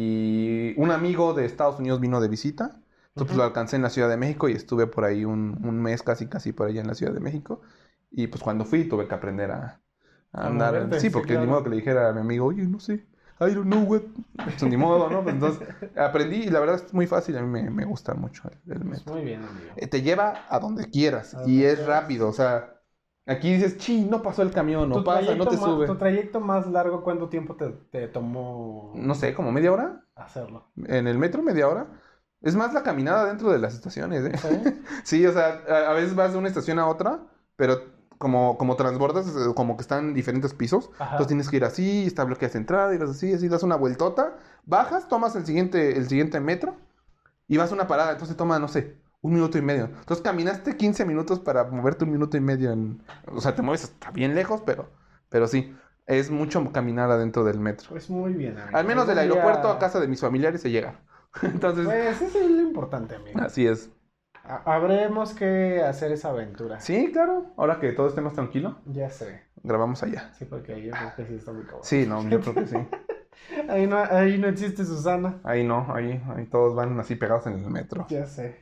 Y un amigo de Estados Unidos vino de visita, entonces pues, Ujú. lo alcancé en la Ciudad de México y estuve por ahí un, un mes casi, casi por allá en la Ciudad de México. Y pues cuando fui tuve que aprender a, a A andar. moverte, Sí, sí, porque claro. ni modo que le dijera a mi amigo, oye, no sé, I don't know what. Pues ni modo, ¿no? Pues entonces aprendí y la verdad es muy fácil, a mí me, me gusta mucho el, el Pues metro. muy bien, amigo. Eh, Te lleva a donde quieras A y donde es quieras. rápido, o sea, aquí dices, chi, no pasó el camión, no ¿Tu pasa, no trayecto te ma- sube. ¿Tu trayecto más largo cuánto tiempo te, te tomó No sé, como media hora. hacerlo? En el metro, media hora. Es más la caminada dentro de las estaciones, ¿eh? ¿Sí? Sí, o sea, a, a veces vas de una estación a otra, pero como, como transbordas, eh, como que están en diferentes pisos. Ajá. Entonces tienes que ir así, está bloqueada entrada, y vas así, así, das una vueltota, bajas, tomas el siguiente, el siguiente metro y vas a una parada. Entonces toma, no sé, un minuto y medio. Entonces caminaste quince minutos para moverte un minuto y medio en... O sea, te mueves hasta bien lejos, pero, pero sí, es mucho caminar adentro del metro. Pues muy bien, amigo. Al menos del Algún día- aeropuerto a casa de mis familiares se llega. Entonces, Pues eso es lo importante, amigo. así es. Ha- Habremos que hacer esa aventura. Sí, claro. Ahora que todo esté más tranquilo, Ya sé. grabamos allá. Sí, porque yo creo que sí está muy cabrón. Sí, no, yo creo que sí. Ahí no, ahí no existe Susana. Ahí no, ahí, ahí todos van así pegados en el metro. Ya sé.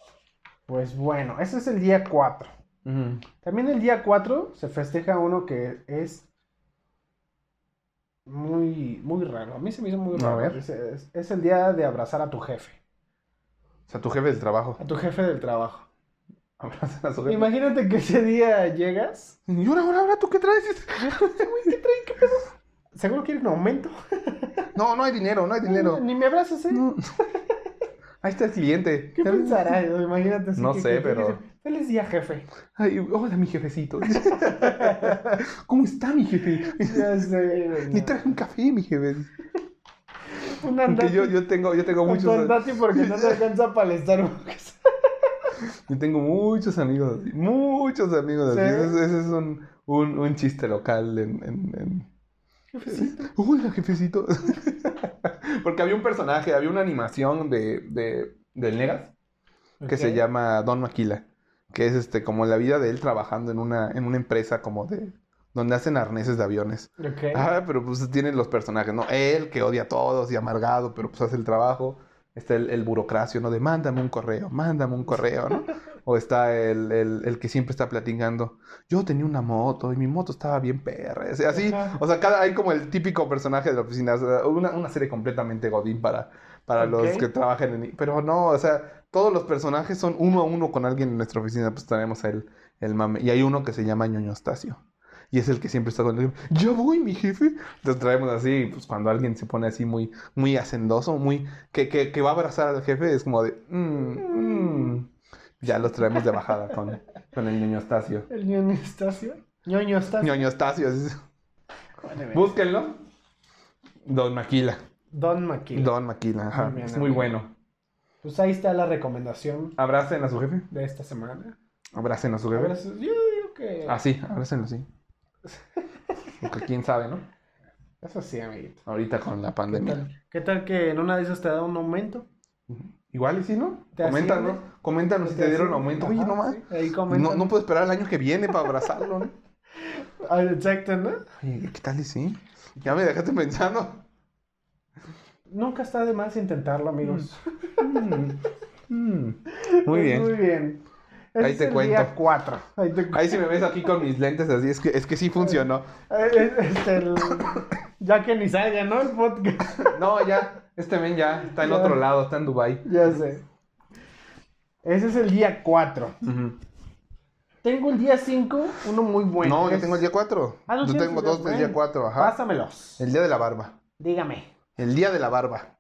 Pues bueno, ese es el día cuatro. Ujú. También el día cuatro se festeja uno que es muy, muy raro. A mí se me hizo muy A raro. ver. Es, es- es el día de abrazar a tu jefe. sea, tu jefe del trabajo. A tu jefe del trabajo. Abrazan a su jefe. Imagínate que ese día llegas. Y ahora, ahora, ahora, ¿tú qué traes? ¿Qué trae? ¿Qué pedo? ¿Seguro quiere un aumento? No, no hay dinero, no hay dinero. Ni me abrazas, ¿eh? No. Ahí está el cliente. ¿Qué pensará? Imagínate. Así No que- sé, que- pero- que- Feliz día, jefe. Ay, hola, mi jefecito. ¿Cómo está mi jefe? Ya sé. Le traje un café, mi jefe. Un Porque andati. yo, yo tengo, yo tengo Un muchos, andati porque no te alcanza para el Starbucks. yo tengo muchos amigos así, muchos amigos así. ¿Sí? Ese, es- ese es un, un, un chiste local en, en, en... Jefecito. Hola, jefecito. Porque había un personaje, había una animación de, de, del Negas que se Ok. llama Don Maquila, que es este como la vida de él trabajando en una, en una empresa como de donde hacen arneses de aviones. Ok. Ah, pero pues tienen los personajes, ¿no? Él que odia a todos y amargado, pero pues hace el trabajo. Está el, el burocracio, ¿no? De mándame un correo, mándame un correo, ¿no? O está el, el, el que siempre está platicando. Yo tenía una moto y mi moto estaba bien perra. O sea, así, Ajá. o sea, cada, hay como el típico personaje de la oficina. O sea, una, una serie completamente godín para, para los Ok. que trabajan en... Pero no, o sea, todos los personajes son uno a uno con alguien en nuestra oficina. Pues tenemos el, el mame. Y hay uno que se llama Ñoño Stacio. Y es el que siempre está con el... Ya voy, mi jefe. Entonces traemos así, pues cuando alguien se pone así muy, muy hacendoso, muy... Que, que, que va a abrazar al jefe, es como de... "Mm, mm". Ya los traemos de bajada con, con el Ñoño Stacio. El ñoño Estacio. ñoño Estacio. Ñoño Stacio. así. Joder, Búsquenlo. Don Maquila. Don Maquila. Don Maquila, ajá. Muy bien, es muy amigo. bueno. Pues ahí está la recomendación Abracen a su jefe. de esta semana. Abracen a su A jefe. ver, yo digo que... Ah, sí, abrácenlo, sí. Porque quién sabe, ¿no? Eso sí, amiguito. Ahorita con la ¿Qué pandemia. tal? ¿Qué tal que en una de esas te da un aumento? Igual y sí, ¿no? ¿Te Coméntanos, asciende? coméntanos si te dieron aumento. Oye, no más. Sí, ahí No, comentan. no puedo esperar el año que viene para abrazarlo, ¿no? Ah, exacto, ¿no? Oye, ¿qué tal y sí? Ya me dejaste pensando. Nunca está de más intentarlo, amigos. Mm, mm. Muy bien. Muy bien. Ese Ahí es te el cuento. día cuatro. Ahí te cu- Ahí si me ves aquí con mis lentes así, es que, es que sí funcionó. Eh, eh, este, el- Ya que ni salga, ¿no? El podcast. No, ya, este men ya está en Ya. otro lado, está en Dubai. Ya sé. Ese es el día cuatro. Tengo el día cinco, uno muy bueno. No, yo Es- tengo el día cuatro. Ah, no, Yo tienes tengo el día- dos del día bueno. cuatro, ajá. Pásamelos. El día de la barba. Dígame. El día de la barba.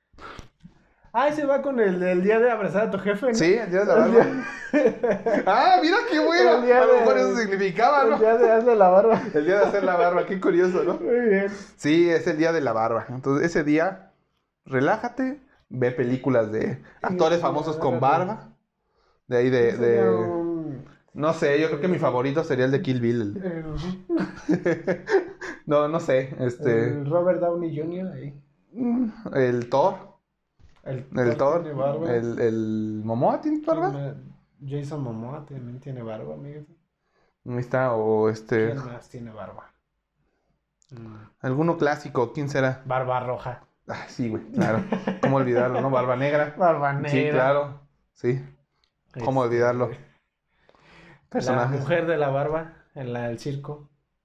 Ah, ese va con el del día de abrazar a tu jefe, ¿no? Sí, el día de la El barba. día- Ah, mira qué bueno. El día A lo de- mejor eso significaba, El ¿no? día de hazle la barba. El día de hacer la barba, qué curioso, ¿no? Muy bien. Sí, es el día de la barba. Entonces, ese día, relájate, ve películas de actores famosos con barba. De ahí de, Sería de... un- No sé, yo creo que mi favorito sería el de Kill Bill. el de- el- No, no sé, este... el Robert Downey junior ahí. mm, El Thor. El, El Thor. tiene barba. El, el Momoa tiene barba. Tiene- Jason Momoa también tiene barba, amigo. Ahí está, o este... ¿Quién más tiene barba? Mm, Alguno clásico, ¿quién será? Barba roja. Ah, sí, güey, claro. ¿Cómo olvidarlo, no? Barba negra. Barba negra. Sí, claro. Sí. ¿Cómo Este, olvidarlo? La Personajes. mujer de la barba en la del circo.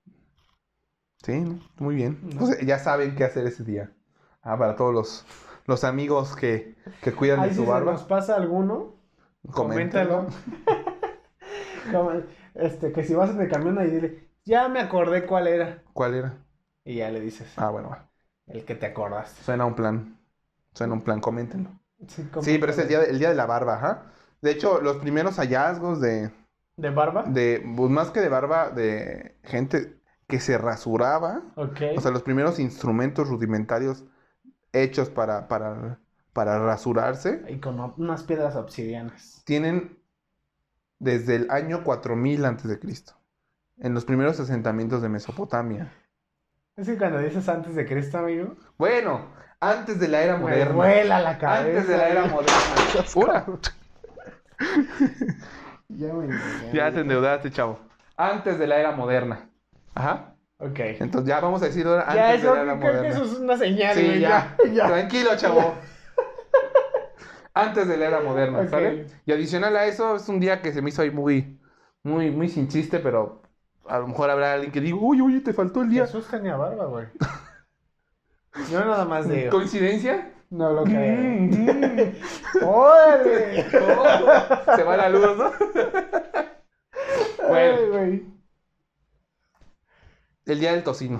Sí, ¿no? Muy bien. No. Entonces, ya saben qué hacer ese día. Ah, para todos los, los amigos que, que cuidan Ahí de si su se barba. nos pasa alguno, Coméntenlo. Como, este, que si vas en el camión ahí dile, ya me acordé cuál era. ¿Cuál era? Y ya le dices, Ah, bueno, va. el que te acordaste. Suena un plan. Suena un plan, coméntenlo. Sí, Sí, pero es el día, de, el día de la barba, ajá. De hecho, los primeros hallazgos de, ¿De barba? de, pues más que de barba, de gente que se rasuraba, Ok. o sea, los primeros instrumentos rudimentarios hechos para, para, para rasurarse, Y con o- unas piedras obsidianas. tienen desde el año cuatro mil antes de Cristo, en los primeros asentamientos de Mesopotamia. Es que cuando dices antes de Cristo, amigo, Bueno, antes de la era me moderna. vuela la cabeza. Antes de la era moderna. Ura. Ya me engañé. Ya te endeudaste, chavo. Antes de la era moderna. Ajá. Ok. Entonces ya vamos a decir ahora Ya, antes eso, de la era creo que moderna. eso es una señal, Sí, güey, ya. ya, ya. Tranquilo, chavo. Antes de la era moderna, Ok. ¿sale? Y adicional a eso, es un día que se me hizo ahí muy, muy, muy sin chiste, pero a lo mejor habrá alguien que diga, oye, oye, te faltó el día. Jesús tenía barba, güey. Yo nada más digo. ¿Coincidencia? No lo creo. Mm, ¡Órale! oh, se va la luz, ¿no? Bueno. Ay, güey. El día del tocino.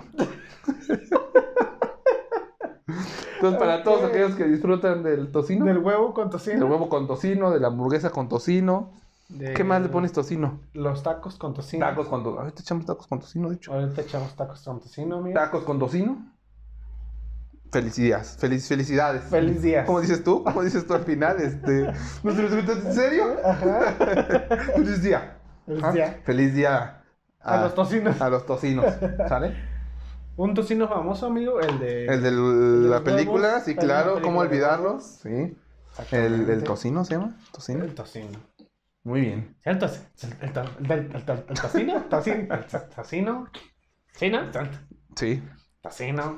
Entonces, para Ok. todos aquellos que disfrutan del tocino, Del huevo con tocino. del huevo con tocino, de la hamburguesa con tocino. De ¿Qué más le pones tocino? Los tacos con tocino. Tacos con tocino. Ahorita echamos tacos con tocino, de hecho. Ahorita echamos tacos con tocino, amigo. Tacos con tocino. Felicidades. Felic- felicidades. Feliz día. ¿Cómo dices tú? ¿Cómo dices tú al final? Este... ¿No se lo escuchas en serio? Ajá. Feliz día. Feliz Ajá. día. Feliz día A los tocinos. A los tocinos. ¿Sale? Un tocino famoso, amigo, el de... El de los la película, huevos, sí, hay una claro. película ¿Cómo de olvidarlo? huevos. Sí. El, Exactamente. el tocino se llama. ¿Tocino? El tocino. Muy bien. ¿Sí, el toci- el, el, to- el, el, el, to- el tocino? ¿Tocino? ¿El to- tocino? ¿Tocino? Sí. ¿Tocino?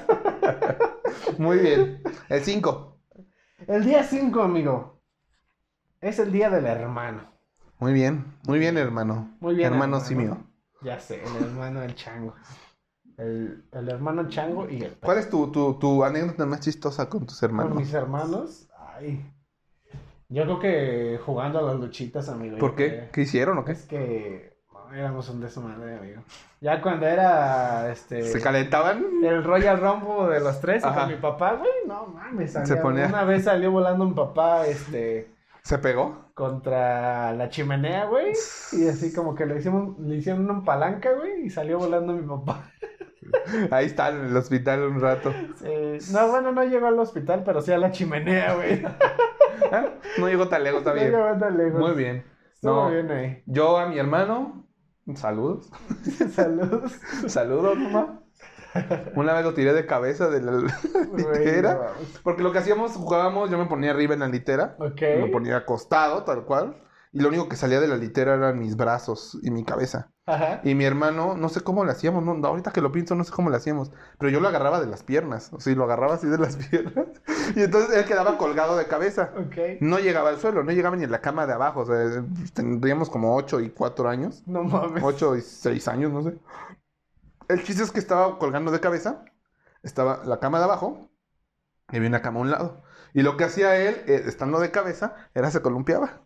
Muy bien. El cinco. El día cinco, amigo. Es el día del hermano. Muy bien. Muy bien, hermano. Muy bien, Hermano hermano. simio. Ya sé, el hermano del chango. El, el hermano chango y el... ¿Cuál es tu, tu, tu anécdota más chistosa con tus Con hermanos? mis hermanos, ay. Yo creo que jugando a las luchitas, amigo. ¿Por yo qué? creo. ¿Qué hicieron o qué? Es que no, éramos un desmadre, amigo. Ya cuando era este ¿Se calentaban? el Royal Rumble de los tres y Ajá. con mi papá, güey, no mames, salía- Se ponía- una vez salió volando mi papá este ¿Se pegó? contra la chimenea, güey, y así como que le hicimos le hicieron una palanca, güey, y salió volando mi papá. Ahí está en el hospital un rato. Sí, no, bueno, no llegó al hospital, pero sí a la chimenea, güey. Ah, no llegó tan lejos, está No bien. llegó tan lejos. Muy bien. Estuvo No, bien ahí. yo a mi hermano, saludos. Saludos. Saludos, mamá. Una vez lo tiré de cabeza de la Güey, litera. no mames. Porque lo que hacíamos, jugábamos, yo me ponía arriba en la litera. Ok. Me ponía acostado, tal cual. Y lo único que salía de la litera eran mis brazos y mi cabeza. Ajá. Y mi hermano, no sé cómo lo hacíamos, no, ahorita que lo pienso, no sé cómo lo hacíamos. Pero yo lo agarraba de las piernas. O sea, lo agarraba así de las piernas. Y entonces él quedaba colgado de cabeza. Ok. No llegaba al suelo, no llegaba ni en la cama de abajo. O sea, tendríamos como ocho y cuatro años. No mames. Ocho y seis años, no sé. El chiste es que estaba colgando de cabeza. Estaba la cama de abajo. Y había una cama a un lado. Y lo que hacía él, eh, estando de cabeza, era se columpiaba.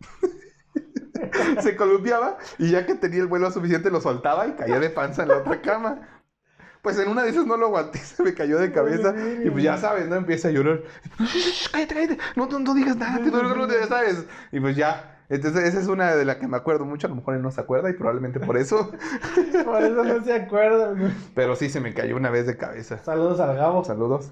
Se columpiaba. Y ya que tenía el vuelo suficiente, lo soltaba y caía de panza en la otra cama. Pues en una de esas no lo aguanté, se me cayó de cabeza. Y pues ya sabes, ¿no? Empieza a llorar. Cállate, cállate. No, no, no digas nada, que no, no, no, ya sabes. Y pues ya. Entonces, esa es una de las que me acuerdo mucho. A lo mejor él no se acuerda y probablemente por eso. Por eso no se acuerda, güey. Pero sí se me cayó una vez de cabeza. Saludos al Gabo. Saludos.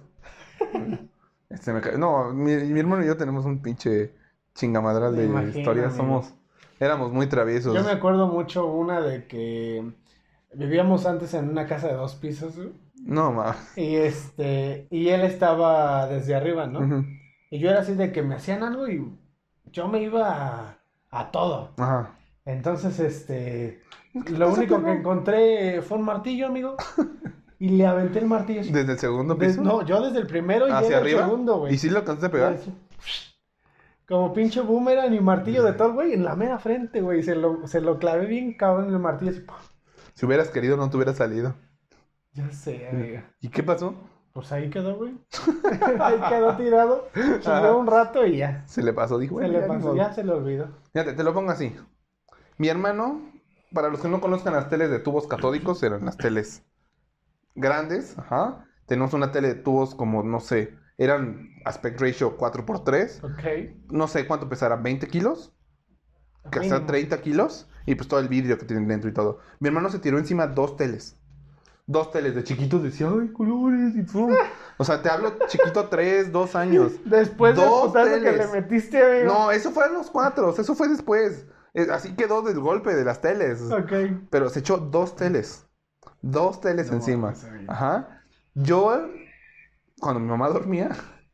Se me cayó. No, mi, mi hermano y yo tenemos un pinche chingamadral Me de imagino, historias. amigo. Somos. Éramos muy traviesos. Yo me acuerdo mucho una de que vivíamos antes en una casa de dos pisos, güey. No, ma. Y este, y él estaba desde arriba, ¿no? Ujú. Y yo era así de que me hacían algo y yo me iba a, a todo. Ajá. Entonces, este, ¿Qué lo pasa, único que perro? encontré fue un martillo, amigo. Y le aventé el martillo así. Desde el segundo Des- piso. no, yo desde el primero y él Hacia del arriba. segundo, güey. ¿Y si lo alcanzaste a pegar? Así, como pinche boomerang y martillo de todo, güey, en la mera frente, güey. Se lo, se lo clavé bien cabrón en el martillo así. ¡pum! Si hubieras querido, no te hubieras salido. Ya sé, amiga. ¿Y qué pasó? Pues ahí quedó, güey. Ahí quedó tirado. Chingó un rato y ya. Se le pasó, dijo. Se "Bueno, le ya, ni pasó, modo". ya se le olvidó. Fíjate, te lo pongo así. Mi hermano, para los que no conozcan las teles de tubos catódicos, eran las teles grandes, ajá. Tenemos una tele de tubos como, no sé, eran aspect ratio cuatro por tres. Ok. No sé cuánto pesará, veinte kilos, que hasta Mínimo. treinta kilos, y pues todo el vidrio que tienen dentro y todo. Mi hermano se tiró encima dos teles. Dos teles de chiquitos, decía, ay, colores y pum. O sea, te hablo chiquito, tres, dos años. Después del Dos putazo que teles. le metiste, amigo. No, eso fue a los cuatro, eso fue después. Eh, Así quedó del golpe de las teles. Ok. Pero se echó dos teles. Dos teles No encima. mames, amigo. Ajá. Yo, cuando mi mamá dormía,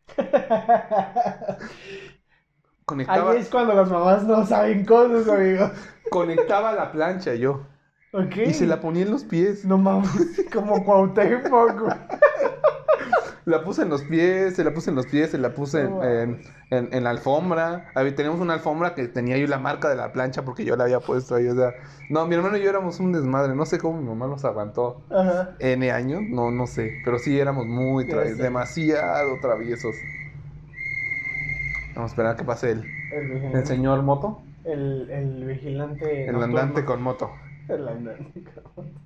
conectaba, Ahí es cuando las mamás no saben cosas, amigo. conectaba la plancha yo. Ok. Y se la ponía en los pies. No mames, como Cuauhtémoc, güey. La puse en los pies, se la puse en los pies, se la puse en, No en, en- en la alfombra. Había- teníamos una alfombra que tenía yo la marca de la plancha porque yo la había puesto ahí. O sea, no, mi hermano y yo éramos un desmadre. No sé cómo mi mamá nos aguantó Ajá. N años, no, no sé. Pero sí éramos muy Ya traviesos, sé. demasiado traviesos. Vamos a esperar a que pase el, El el vigilante. señor moto. El, el vigilante. El nocturno. andante con moto. El andante con moto.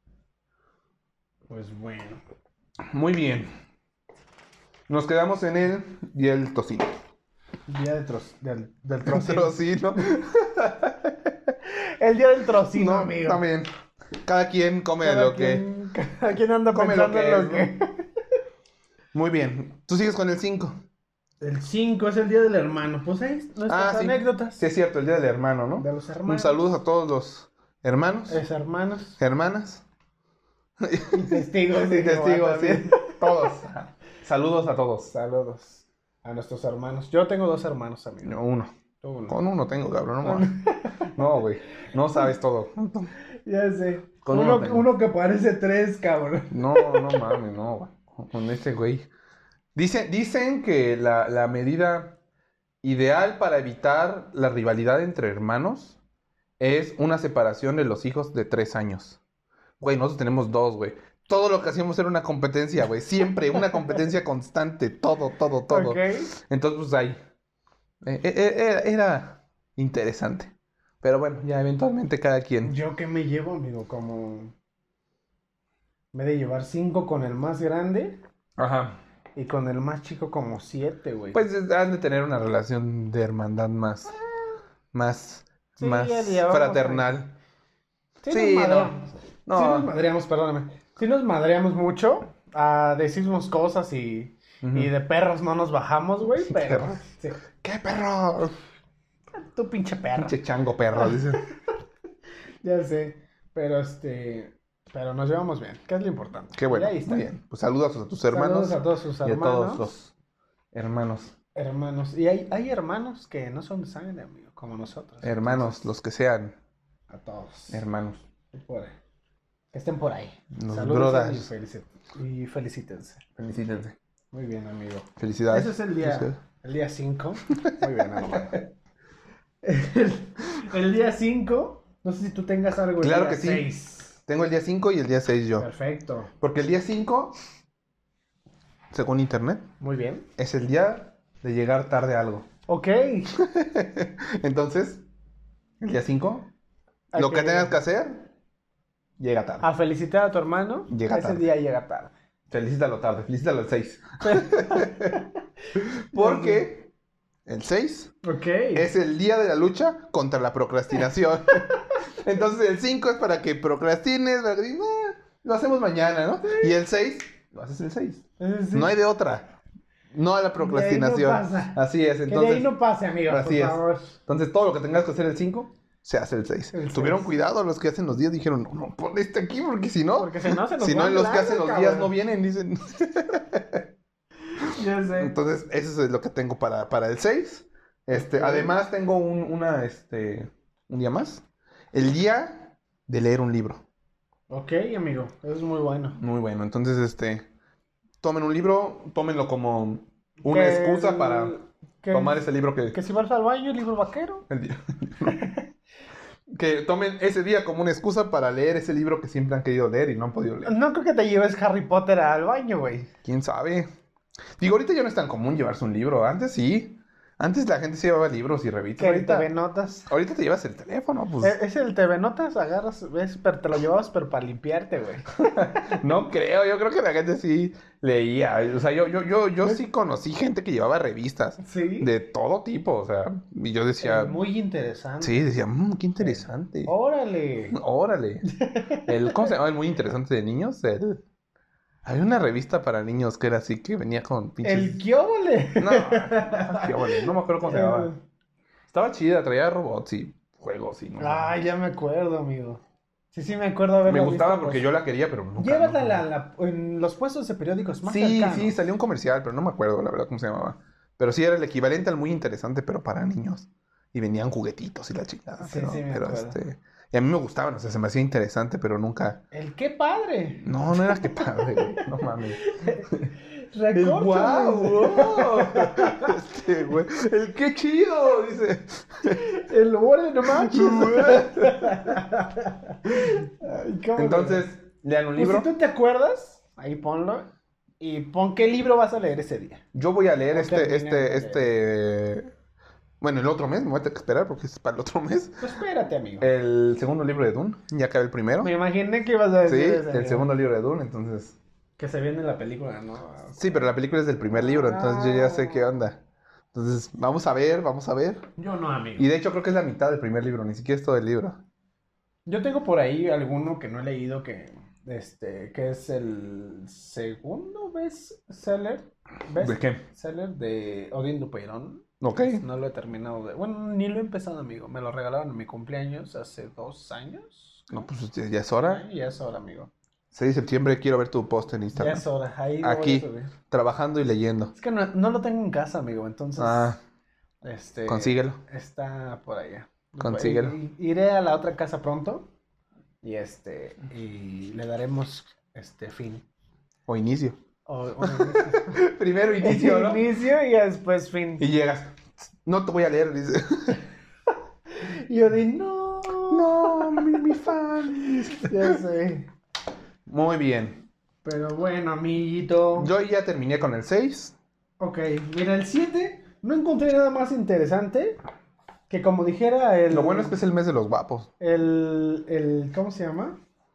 Pues bueno. Muy bien. Nos quedamos en el día del tocino. Día de tros, del, del El trocino. trocino. El día del trocino, No, amigo. también. Cada quien come Cada lo que... quien, Cada quien anda come lo pensando que en es, lo que... Muy bien. Tú sigues con el cinco. El cinco es el día del hermano. Pues ahí nuestras Ah, sí. anécdotas. Sí, es cierto, el día del hermano, ¿no? De los hermanos. Un saludo a todos los hermanos, Es hermanos. hermanas Y testigos. y de Jehová testigos, sí. también. Todos. Saludos a todos. Saludos a nuestros hermanos. Yo tengo dos hermanos, amigo. No, uno. Tú uno. Con uno tengo, cabrón. No, mames. No, güey. No sabes todo. Ya sé. Con uno, uno tengo. uno que parece tres, cabrón. No, no mames, no, güey. Con este güey. Dicen, dicen que la, la medida ideal para evitar la rivalidad entre hermanos es una separación de los hijos de tres años. Güey, nosotros tenemos dos, güey. Todo lo que hacíamos era una competencia, güey. Siempre una competencia constante. Todo, todo, todo. Ok. Entonces, pues ahí. eh, eh, Era, era interesante. Pero bueno, ya eventualmente cada quien. ¿Yo qué me llevo, amigo? Como... Me he de llevar cinco con el más grande Ajá. y con el más chico como siete, güey. Pues eh, han de tener una relación de hermandad más. Más. Sí, más ya llevamos fraternal. Sí, Sí, nos no. madreamos. No. Sí nos madreamos, perdóname. Sí nos madreamos mucho a decirnos cosas y, Ujú. y de perros no nos bajamos, güey, pero... Perro. Sí. ¡Qué perro! Tú pinche perro. Pinche chango perro, dice. Ya sé, pero este... Pero nos llevamos bien, que es lo importante. Qué bueno. Y ahí está. Muy bien. Pues saludos a tus hermanos. Saludos a todos sus y a hermanos. todos los hermanos. Hermanos. Y hay, hay hermanos que no son de sangre, amigo, como nosotros. Hermanos, Entonces, los que sean a todos. hermanos. Por ahí. Que estén por ahí. Los Saludos brothers. y, felici- y felicítense. Felicítense. Muy bien, amigo. Felicidades. Ese es el día, Felicidades. el día cinco. Muy bien, amigo. El, el día cinco, no sé si tú tengas algo el Claro día que sí. seis. Tengo el día cinco y el día seis yo. Perfecto. Porque el día cinco, según internet, Muy bien. es el día de llegar tarde a algo. Ok. Entonces, el día cinco, Hay lo que que- tengas que hacer, llega tarde. A felicitar a tu hermano. Llega ese tarde. día llega tarde. Felicítalo tarde, felicítalo el seis. Porque el seis Ok. es el día de la lucha contra la procrastinación. Entonces el cinco es para que procrastines, para que digas, "Ah, lo hacemos mañana, ¿no?" Y el seis, lo haces el seis. Ese sí. No hay de otra. No a la procrastinación. De ahí no pasa. Así es, Que de entonces. ahí no pase, amigo, así por es. favor. Entonces todo lo que tengas que hacer el cinco, se hace el seis. El Tuvieron seis. cuidado los que hacen los días, dijeron, no, no, pon este aquí porque si no, Porque si no se nos si no va en de los que largo, hacen los cabrón. días no vienen, dicen. Ya sé. Entonces, eso es lo que tengo para, para el seis. Este, Ok. además tengo un, una, este, un día más. El día de leer un libro. Ok, amigo. Eso es muy bueno. Muy bueno. Entonces, este, tomen un libro, tómenlo como una Que excusa el- para que- tomar ese libro que... Que si vas al baño, libro vaquero. el día- que tomen ese día como una excusa para leer ese libro que siempre han querido leer y no han podido leer. No creo que te lleves Harry Potter al baño, güey. ¿Quién sabe? Digo, ahorita ya no es tan común llevarse un libro. Antes sí. Antes la gente se llevaba libros y revistas. Que el Ahorita, T V Notas. ahorita te llevas el teléfono, pues. E- Es el T V Notas, agarras, ves, pero te lo llevabas pero para limpiarte, güey. No creo, yo creo que la gente sí leía. O sea, yo, yo, yo, yo sí conocí gente que llevaba revistas Sí. de todo tipo. O sea, y yo decía, Eh, muy interesante. sí, decía, mmm, qué interesante. Órale. Órale. El, ¿cómo se llama? El muy interesante de niños. El... Había una revista para niños que era así, que venía con pinches... El Kiobole. No, qué vale, no me acuerdo cómo se llamaba. Estaba chida, traía robots y juegos y no sé. Ay, ya me acuerdo, amigo. Sí, sí, me acuerdo haberlo Me gustaba visto, porque pues. yo la quería, pero nunca. Llévatela no- la- en los puestos de periódicos más Sí, cercanos. sí, salió un comercial, pero no me acuerdo la verdad cómo se llamaba. Pero sí era el equivalente al muy interesante, pero para niños. Y venían juguetitos y la chingada. Sí, pero, sí, me pero acuerdo. este. Y a mí me gustaban, o sea, se me hacía interesante, pero nunca. El qué padre. No, no era que padre, güey. No mames. El Recórchale. guau, wow. Este, güey. El qué chido, dice. El órale, no manches. Ay, ¿cómo Entonces, lean un Pues libro. si tú te acuerdas, ahí ponlo. y pon qué libro vas a leer ese día. Yo voy a leer O este, termina de este, este... Bueno, el otro mes, me voy a tener que esperar porque es para el otro mes. Pues espérate, amigo. El segundo libro de Dune, ya acabé el primero. Me imaginé que ibas a Sí, decir ese, el amigo. segundo libro de Dune, entonces... Que se viene la película, ¿no? Sí, pero la película es del primer libro, entonces yo ya sé qué onda. Entonces, vamos a ver, vamos a ver. Yo no, amigo. Y de hecho creo que es la mitad del primer libro, ni siquiera es todo el libro. Yo tengo por ahí alguno que no he leído que, este, que es el segundo bestseller, ¿De qué? bestseller de Odín Dupeirón. Ok. No lo he terminado de... Bueno, ni lo he empezado, amigo. Me lo regalaron en mi cumpleaños hace dos años. No, pues ya, ya es hora. Ay, ya es hora, amigo. seis de septiembre quiero ver tu post en Ya Instagram. es hora. Ahí lo Aquí, voy a subir. trabajando y leyendo. Es que no, no lo tengo en casa, amigo. Entonces, Ah, este... consíguelo. Está por allá. Consíguelo. I- Iré a la otra casa pronto. Y este... Y le daremos, este, fin. O inicio. O, o inicio. Primero inicio, ¿no? Inicio y después fin. Y llegas. No te voy a leer, dice. Y yo di, no. No, mi, mi fan. Ya sé. Muy bien. Pero bueno, amiguito. Yo ya terminé con el seis. Ok, mira, el siete no encontré nada más interesante que como dijera el... Lo bueno es que es el mes de los guapos. El, el ¿cómo se llama?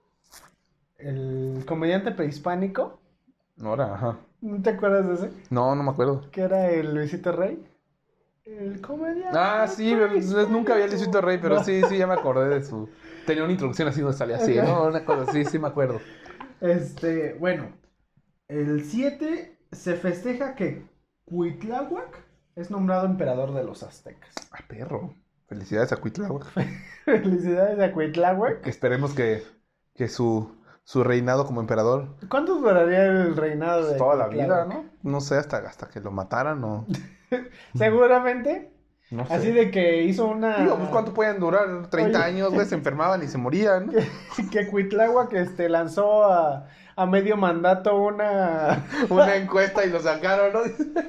El comediante prehispánico. Ahora, ajá. ¿No te acuerdas de ese? No, no me acuerdo. Que era el Luisito Rey. El comediante Ah, sí, pero prehispánico. nunca había Luisito Rey, pero No. sí, sí, ya me acordé de su... Tenía una introducción así donde salía así, Ok. ¿no? Una cosa así, sí me acuerdo. Este, bueno, el siete se festeja que Cuitláhuac es nombrado emperador de los aztecas. Ah, perro. Felicidades a Cuitláhuac. Felicidades a Cuitláhuac. Que esperemos que, que su, su reinado como emperador ¿Cuánto duraría el reinado de toda la Cuitláhuac? vida, ¿no? No sé, hasta, hasta que lo mataran o... Seguramente. No sé. Así de que hizo una... Digo, pues ¿cuánto pueden durar? treinta Oye. años, güey, se enfermaban y se morían, ¿no? Que Cuitláhuac este, lanzó a, a medio mandato una... Una encuesta y lo sacaron, ¿no?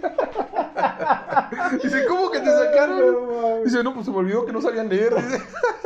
Dice, ¿cómo que te sacaron? No, mames. Dice, no, pues se me olvidó que no sabían leer. Dice.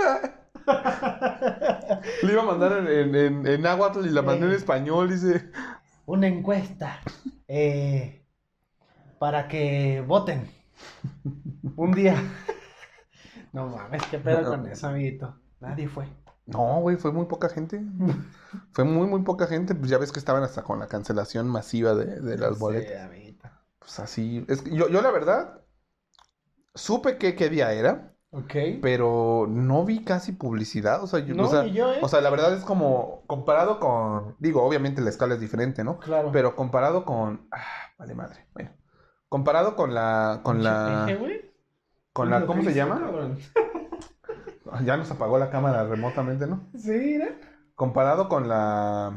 Le iba a mandar en, en, en, en náhuatl y la mandé en español, dice. Una encuesta eh, para que voten un día. No mames, qué pedo con eso, amiguito. Nadie fue. No, güey, fue muy poca gente. Fue muy, muy poca gente. Pues ya ves que estaban hasta con la cancelación masiva de, de las Sí, boletas. amiguito. Pues así. Es que yo, yo la verdad, supe que qué día era, Ok. pero no vi casi publicidad. O sea, yo, No, o sea, ni yo, ¿eh? o sea, la verdad es como comparado con. Digo, obviamente la escala es diferente, ¿no? Claro. Pero comparado con. Ah, vale madre. Bueno. Comparado con la. Con la. Pinche peje, güey. Con la. Lo ¿Cómo que se hizo, llama? cabrón. Ya nos apagó la cámara remotamente, ¿no? Sí, mira. Comparado con la.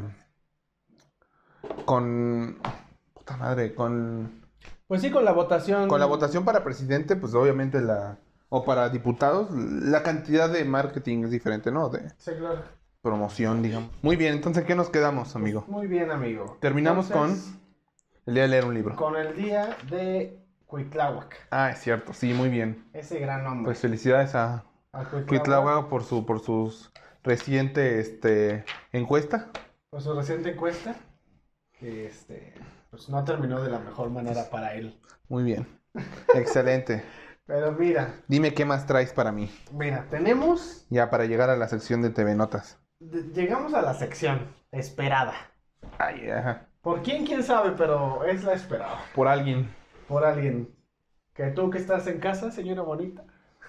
Con. Puta madre, con. Pues sí, con la votación. Con la votación para presidente, pues obviamente la. O para diputados, la cantidad de marketing es diferente, ¿no? De Sí, claro. promoción, digamos. Muy bien, entonces, ¿qué nos quedamos, amigo? Muy bien, amigo. Terminamos Entonces, con el día de leer un libro. Con el día de Cuitláhuac. Ah, es cierto, sí, muy bien. Ese gran nombre. Pues felicidades a A Cuitláhuac. Cuitláhuac por su, por sus reciente este encuesta. Por su reciente encuesta. Que este. Pues no terminó de la mejor manera para él. Muy bien. Excelente. Pero mira, Dime qué más traes para mí. mira, tenemos. Ya para llegar a la sección de T V Notas. de- Llegamos a la sección esperada. Ay, ajá. ¿Por quién? Quién sabe, pero es la esperada. Por alguien. Por alguien. Que tú que estás en casa, señora bonita.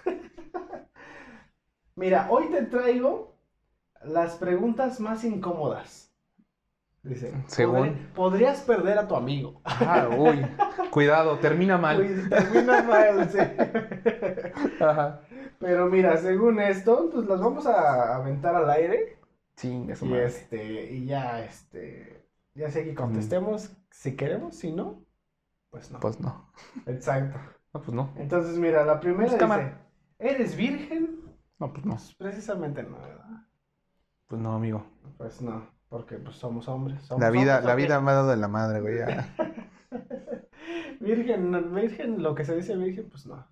Mira, hoy te traigo las preguntas más incómodas. Dice, Según. "Podri- podrías perder a tu amigo. Ah, uy. Cuidado, termina mal. Uy, termina mal, sí. Ajá. Pero mira, según esto, pues las vamos a aventar al aire. Sí, eso Y madre. este, y ya, este, ya sé que contestemos si queremos, si no, pues no. Pues no. Exacto. No, pues no. Entonces, mira, la primera Pues, dice, cámara. ¿eres virgen? No, pues no. Pues precisamente no, ¿verdad? Pues no, amigo. Pues no, porque pues somos hombres. Somos La vida, hombres, la ¿ok? vida me ha dado de la madre, güey. Ya. Virgen, no, virgen, lo que se dice virgen, pues no.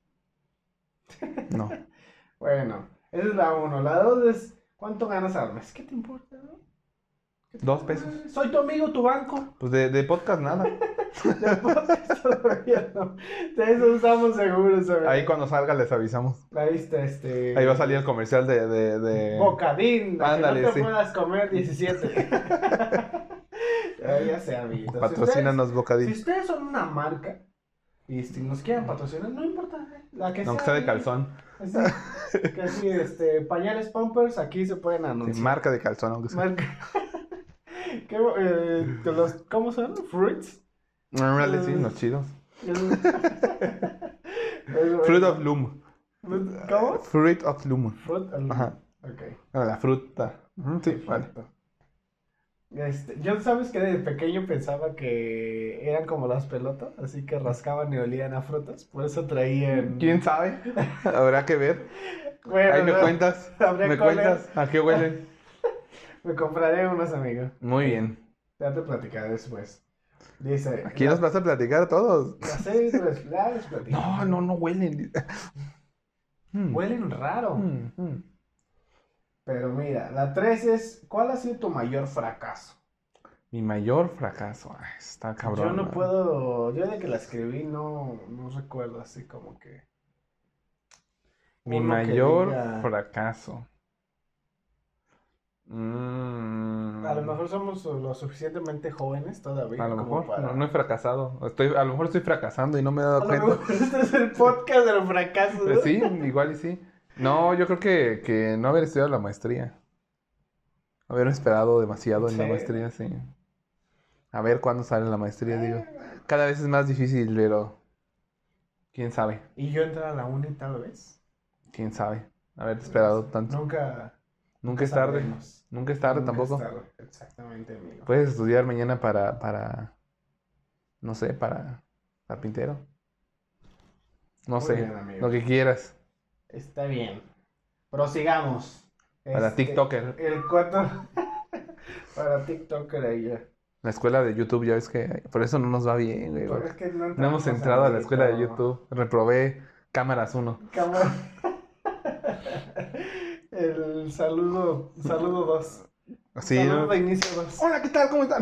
No. Bueno, esa es la uno. La dos es, ¿cuánto ganas al mes? ¿Qué te importa, no? Dos pesos. Soy tu amigo, tu banco. Pues de, de podcast nada. De podcast todavía no. De eso estamos seguros, amigo. Ahí cuando salga les avisamos. Ahí está, este... Ahí va a salir el comercial de... de, de... Bocadín, a Ándale, que no te sí. puedas comer diecisiete. Ah, ya sé, amiguitos. Patrocínanos Si Bocadín. ustedes son una marca y si nos quieren patrocinar, no importa. ¿eh? La que Aunque sea sea de calzón. Así, que así, este, pañales Pampers, aquí se pueden Sí, anunciar. marca de calzón, aunque sea. Marca. ¿Qué, eh, de los, ¿Cómo son? ¿Fruits? Órale, sí, los chidos. Es- Fruit of Loom. ¿Cómo? Fruit of Loom. Fruit. Ajá. Ok. Ah, la fruta. Ujú, sí, vale. Perfecto. Este, yo sabes que de pequeño pensaba que eran como las pelotas, así que rascaban y olían a frutas, por eso traían... ¿Quién sabe? Habrá que ver. Bueno, Ahí me no, cuentas. habría ¿Me que cuentas? ¿A qué huelen? Me compraré unos, amigo. Muy bien. Ya te platicaré después. Dice... Aquí la- nos vas a platicar todos. La serie de los lados platico. No, no, no huelen. Mm, Huelen raro. mm, mm. Pero mira, la tres es, ¿cuál ha sido tu mayor fracaso? Mi mayor fracaso. Ay, está cabrón. Yo no ¿no? puedo, yo de que la escribí no, no recuerdo así como que... Mi uno que mayor diga- fracaso. Mm, A lo mejor somos lo suficientemente jóvenes todavía. a lo como mejor para- no, no he fracasado. Estoy, a lo mejor estoy fracasando y no me he dado A lo cuenta. mejor este es el podcast de los fracasos, ¿no? Pues sí, igual y sí. No, yo creo que, que no haber estudiado la maestría. Haber esperado demasiado en la Sí. maestría, sí. A ver cuándo sale la maestría, digo. Cada vez es más difícil, pero quién sabe, Y yo entré a la uni tal vez. quién sabe. Haber esperado tanto. Nunca. Nunca es tarde. sabremos. Nunca es tarde Nunca tampoco. es tarde. Exactamente, amigo. Puedes estudiar mañana para, para, no sé, para carpintero. No Muy sé, bien, amigo. lo que quieras. Está bien. Prosigamos. Para Este, TikToker. El cuatro. Para TikToker ahí ya. La escuela de YouTube, ya ves que por eso no nos va bien, güey. Pero es que no, No hemos entramos entrado a la escuela de todo. YouTube. Reprobé cámaras uno. Cámara. El saludo. Saludo dos. Así, Saludo ¿no? de inicio dos. Hola, ¿qué tal? ¿Cómo están?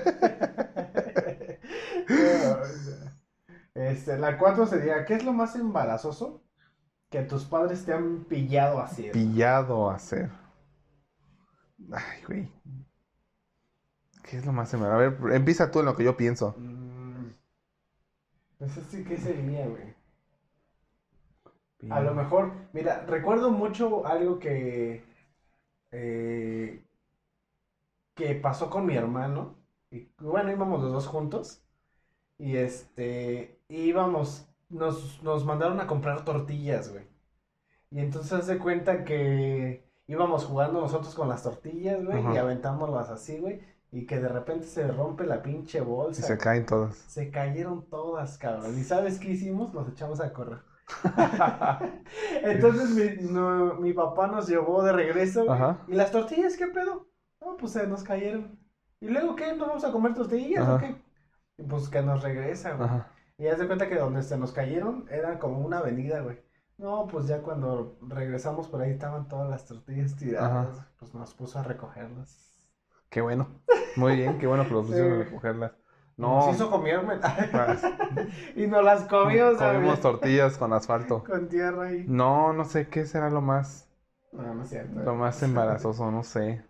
Este, la cuatro sería, ¿qué es lo más embarazoso que tus padres te han pillado haciendo? Pillado a hacer. Ay, güey. ¿Qué es lo más embarazoso? A ver, empieza tú en lo que yo pienso. Mm, Pues sí, ¿qué sería, güey? A lo mejor, mira, recuerdo mucho algo que eh, que pasó con mi hermano. Y bueno, íbamos los dos juntos. Y este, íbamos, nos, nos mandaron a comprar tortillas, güey. Y entonces haz de cuenta que íbamos jugando nosotros con las tortillas, güey, Ajá. y aventámoslas así, güey. Y que de repente se rompe la pinche Y bolsa. se güey. caen todas. Se cayeron todas, cabrón. ¿Y sabes qué hicimos? Nos echamos a correr. Entonces mi, no- mi papá nos llevó de regreso, güey. Ajá. ¿Y las tortillas qué pedo? No, pues se nos cayeron. ¿Y luego qué? ¿Nos vamos a comer tortillas o Ajá. qué? Y pues que nos regresa, güey. Ajá. Y haz de cuenta que donde se nos cayeron era como una avenida, güey. No, pues ya cuando regresamos por ahí estaban todas las tortillas tiradas. Ajá. Pues nos puso a recogerlas. Qué bueno. Muy bien, qué bueno que los pusieron a Sí. recogerlas. No. Nos hizo comerme. Pues, Y nos las comió, ¿sabes? comimos tortillas con asfalto. Con tierra ahí. No, no sé qué será lo más, No, no es cierto. lo más embarazoso, no sé.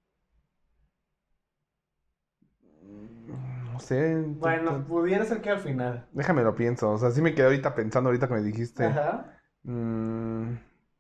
No sé. Bueno, pudiera ser que al final. Déjame lo pienso. O sea, sí me quedé ahorita pensando, ahorita que me dijiste. Ajá. Mm,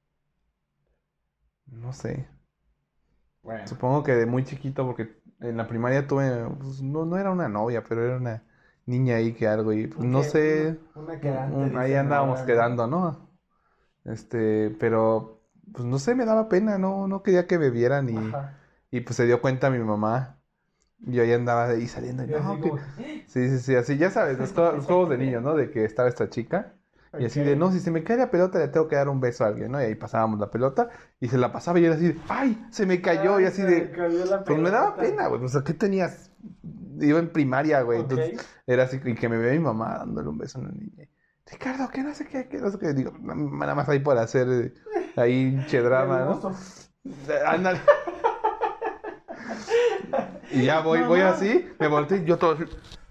no sé. Bueno. Supongo que de muy chiquito, porque en la primaria tuve, pues, no, no era una novia, pero era una niña ahí que algo, y pues, no Ok, sé, Una, una quedante, un- ahí dicen andábamos ahora, ¿no? quedando, ¿no? Este, pero, pues no sé, me daba pena, no, no quería que bebieran y, Ajá. y pues se dio cuenta mi mamá. Yo ahí andaba ahí saliendo, y Y así no, que... como, Sí, sí, sí, así, ya sabes, los, co- los juegos de niños, ¿no? De que estaba esta chica. Y así ok. de, no, si se me cae la pelota le tengo que dar un beso a alguien, ¿no? Y ahí pasábamos la pelota y se la pasaba y era así de, ¡ay! Se me cayó Ay, y así se me de... cayó la Pues me daba pelota. pena, güey. O sea, ¿qué tenías? Iba en primaria, güey. Ok. Entonces era así, y que me veía mi mamá dándole un beso a una niña. Ricardo, ¿qué no sé qué? ¿Qué no sé qué? Digo, nada más ahí por hacer eh, ahí che drama, ¿no? Hermoso. Ándale. Y ya voy, voy Mamá. así, me volteé y yo todo así.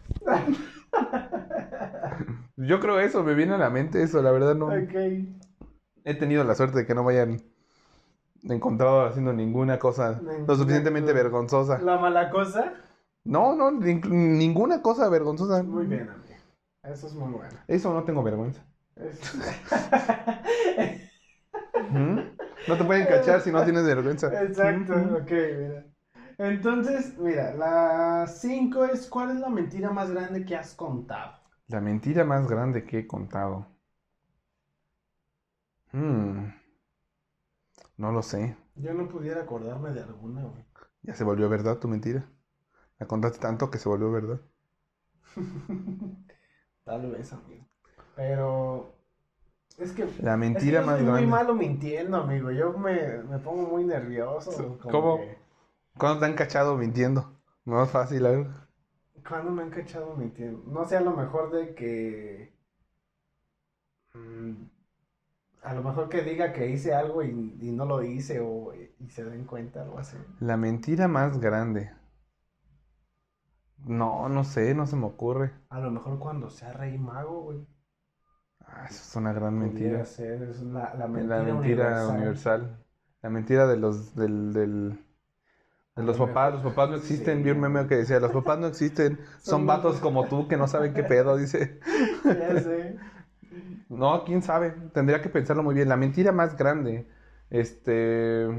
Yo creo eso, me viene a la mente eso, la verdad no. Ok. He tenido la suerte de que no me hayan encontrado haciendo ninguna cosa lo suficientemente vergonzosa. La mala cosa. No, no, nin- ninguna cosa vergonzosa. Muy bien, amigo. Eso es muy bueno. Eso no tengo vergüenza. Es- ¿Mm? No te pueden cachar si no tienes vergüenza. Exacto, Ujú. ok, mira. Entonces, mira, la cinco es ¿cuál es la mentira más grande que has contado? La mentira más grande que he contado. Mm, no lo sé. Yo no pudiera acordarme de alguna, güey. Ya se volvió verdad tu mentira. La contaste tanto que se volvió verdad. Tal vez, amigo. Pero es que, La es que mentira yo más soy muy grande. malo mintiendo, amigo. Yo me, me pongo muy nervioso. Como ¿Cómo? que, ¿Cuándo te han cachado mintiendo? Más fácil, a ver. ¿cuándo me han cachado mintiendo? No sé, a lo mejor de que. mm, a lo mejor que diga que hice algo y, y no lo hice o y se den cuenta, algo así. La mentira más grande. No, no sé, no se me ocurre. A lo mejor cuando sea rey mago, güey. Ah, eso es una gran Pudiera mentira. ser, es la, la La mentira mentira universal. universal. La mentira de los del, del- A de lo los papás. mejor- Los papás no existen. Vi un Sí, meme güey. que decía, los papás no existen. Son Son vatos los- como tú que no saben qué pedo, dice. Ya sé. No, quién sabe. Tendría que pensarlo muy bien. La mentira más grande. Este.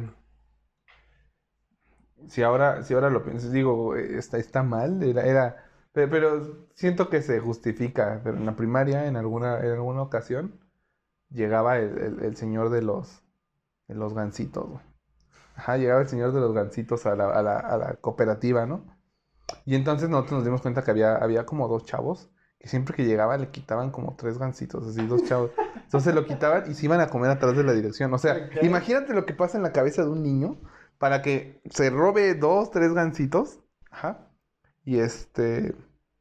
Si ahora, si ahora lo pienso, digo, eh, está, está mal. Era, era. Pero, pero siento que se justifica. Pero en la primaria, en alguna, en alguna ocasión, llegaba el, el- el señor de los, de los gansitos, güey. Ajá, llegaba el señor de los gansitos a la, a la, a la cooperativa, ¿no? Y entonces nosotros nos dimos cuenta que había, había como dos chavos que siempre que llegaba le quitaban como tres gansitos, así, dos chavos. Entonces lo quitaban y se iban a comer atrás de la dirección. O sea, Ok. imagínate lo que pasa en la cabeza de un niño para que se robe dos, tres gansitos. Ajá. Y este.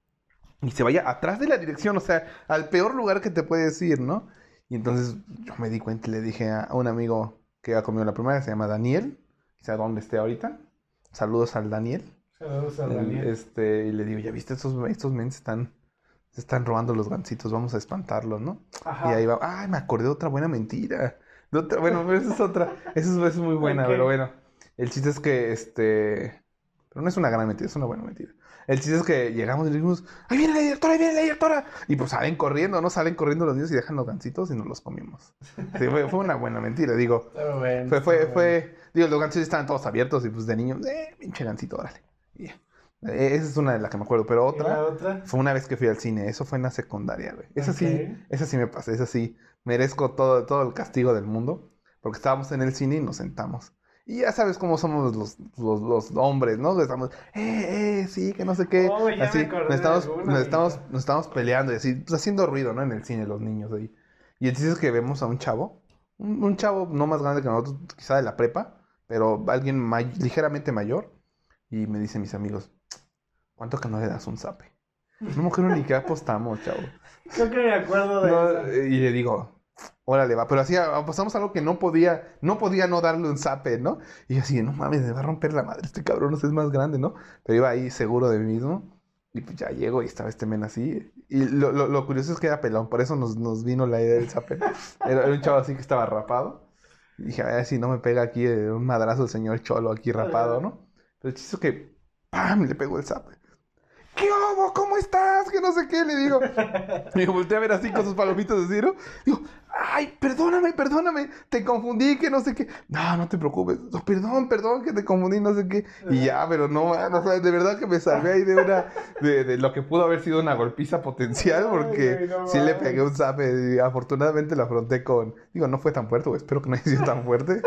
Y se vaya atrás de la dirección, o sea, al peor lugar que te puedes ir, ¿no? Y entonces yo me di cuenta y le dije a, a un amigo que ha comido la primera, se llama Daniel, quizá dónde esté ahorita. Saludos al Daniel. Saludos a El- Daniel. este, y le digo, ya viste, estos, estos men se están, se están robando los gancitos, vamos a espantarlos, ¿no? Y ahí Ajá. va, ay, me acordé de otra buena mentira. De otra- bueno, pero esa es otra, esa es, esa es muy buena, Ok. pero bueno. El chiste es que, este, pero no es una gran mentira, es una buena mentira. El chiste es que llegamos y le dijimos, ¡ahí viene la directora, ahí viene la directora! Y pues salen corriendo, ¿no? Salen corriendo los niños y dejan los gancitos y nos los comimos. Sí, fue, fue una buena mentira, digo. Está bueno. Fue, está fue, bueno. fue, digo, los gancitos estaban todos abiertos y pues de niño, eh, pinche gancito, órale. Y ya. Eh, Esa es una de las que me acuerdo, pero ¿Y la otra otra? fue una vez que fui al cine, eso fue en la secundaria, güey. Esa sí, Ok. esa sí me pasé, esa sí, merezco todo, todo el castigo del mundo, porque estábamos en el cine y nos sentamos. Y ya sabes cómo somos los, los, los hombres, ¿no? Estamos, eh, eh, sí, que no sé qué. Oh, ya me Así, acordé nos de estamos, alguna, nos estamos, amiguito. nos estamos peleando y así, pues haciendo ruido, ¿no? En el cine, los niños ahí. Y el chiste es que vemos a un chavo, un, un chavo no más grande que nosotros, quizá de la prepa, pero alguien may- ligeramente mayor. Y me dicen mis amigos, ¿cuánto que no le das un zape? No me acuerdo ni qué apostamos, chavo. Creo que me acuerdo de No, esa. eh, y le digo, órale, va. Pero así apostamos algo que no podía, no podía no darle un zape, ¿no? Y yo así, no mames, me va a romper la madre este cabrón, no sé, es más grande, ¿no? Pero iba ahí seguro de mí mismo. Y pues ya llego y estaba este men así. Y lo, lo, lo curioso es que era pelón, por eso nos, nos vino la idea del zape. Era, era un chavo así que estaba rapado. Y dije, a ver si no me pega aquí eh, un madrazo el señor Cholo aquí rapado, Ajá. ¿no? Pero el chiste es que, ¡pam! Le pegó el zape. ¿Qué hago? ¿Cómo estás? Que no sé qué, le digo. Y me volteé a ver así con sus palomitas de cero. Digo, ay, perdóname, perdóname, te confundí, que no sé qué. No, no te preocupes. No, perdón, perdón, que te confundí, no sé qué. Y ya, pero no, man, o sea, de verdad que me salvé ahí de una, de, de lo que pudo haber sido una golpiza potencial, Ay, porque güey, no sí le pegué un mames. zape y afortunadamente lo afronté con, digo, no fue tan fuerte, güey, espero que no haya sido tan fuerte.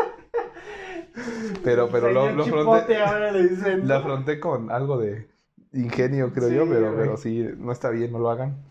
Pero, pero lo, Señor lo Chipote afronté, ahora le dicen, lo ¿no? afronté con algo de ingenio, creo Sí, yo, pero, pero güey. sí, no está bien, no lo hagan.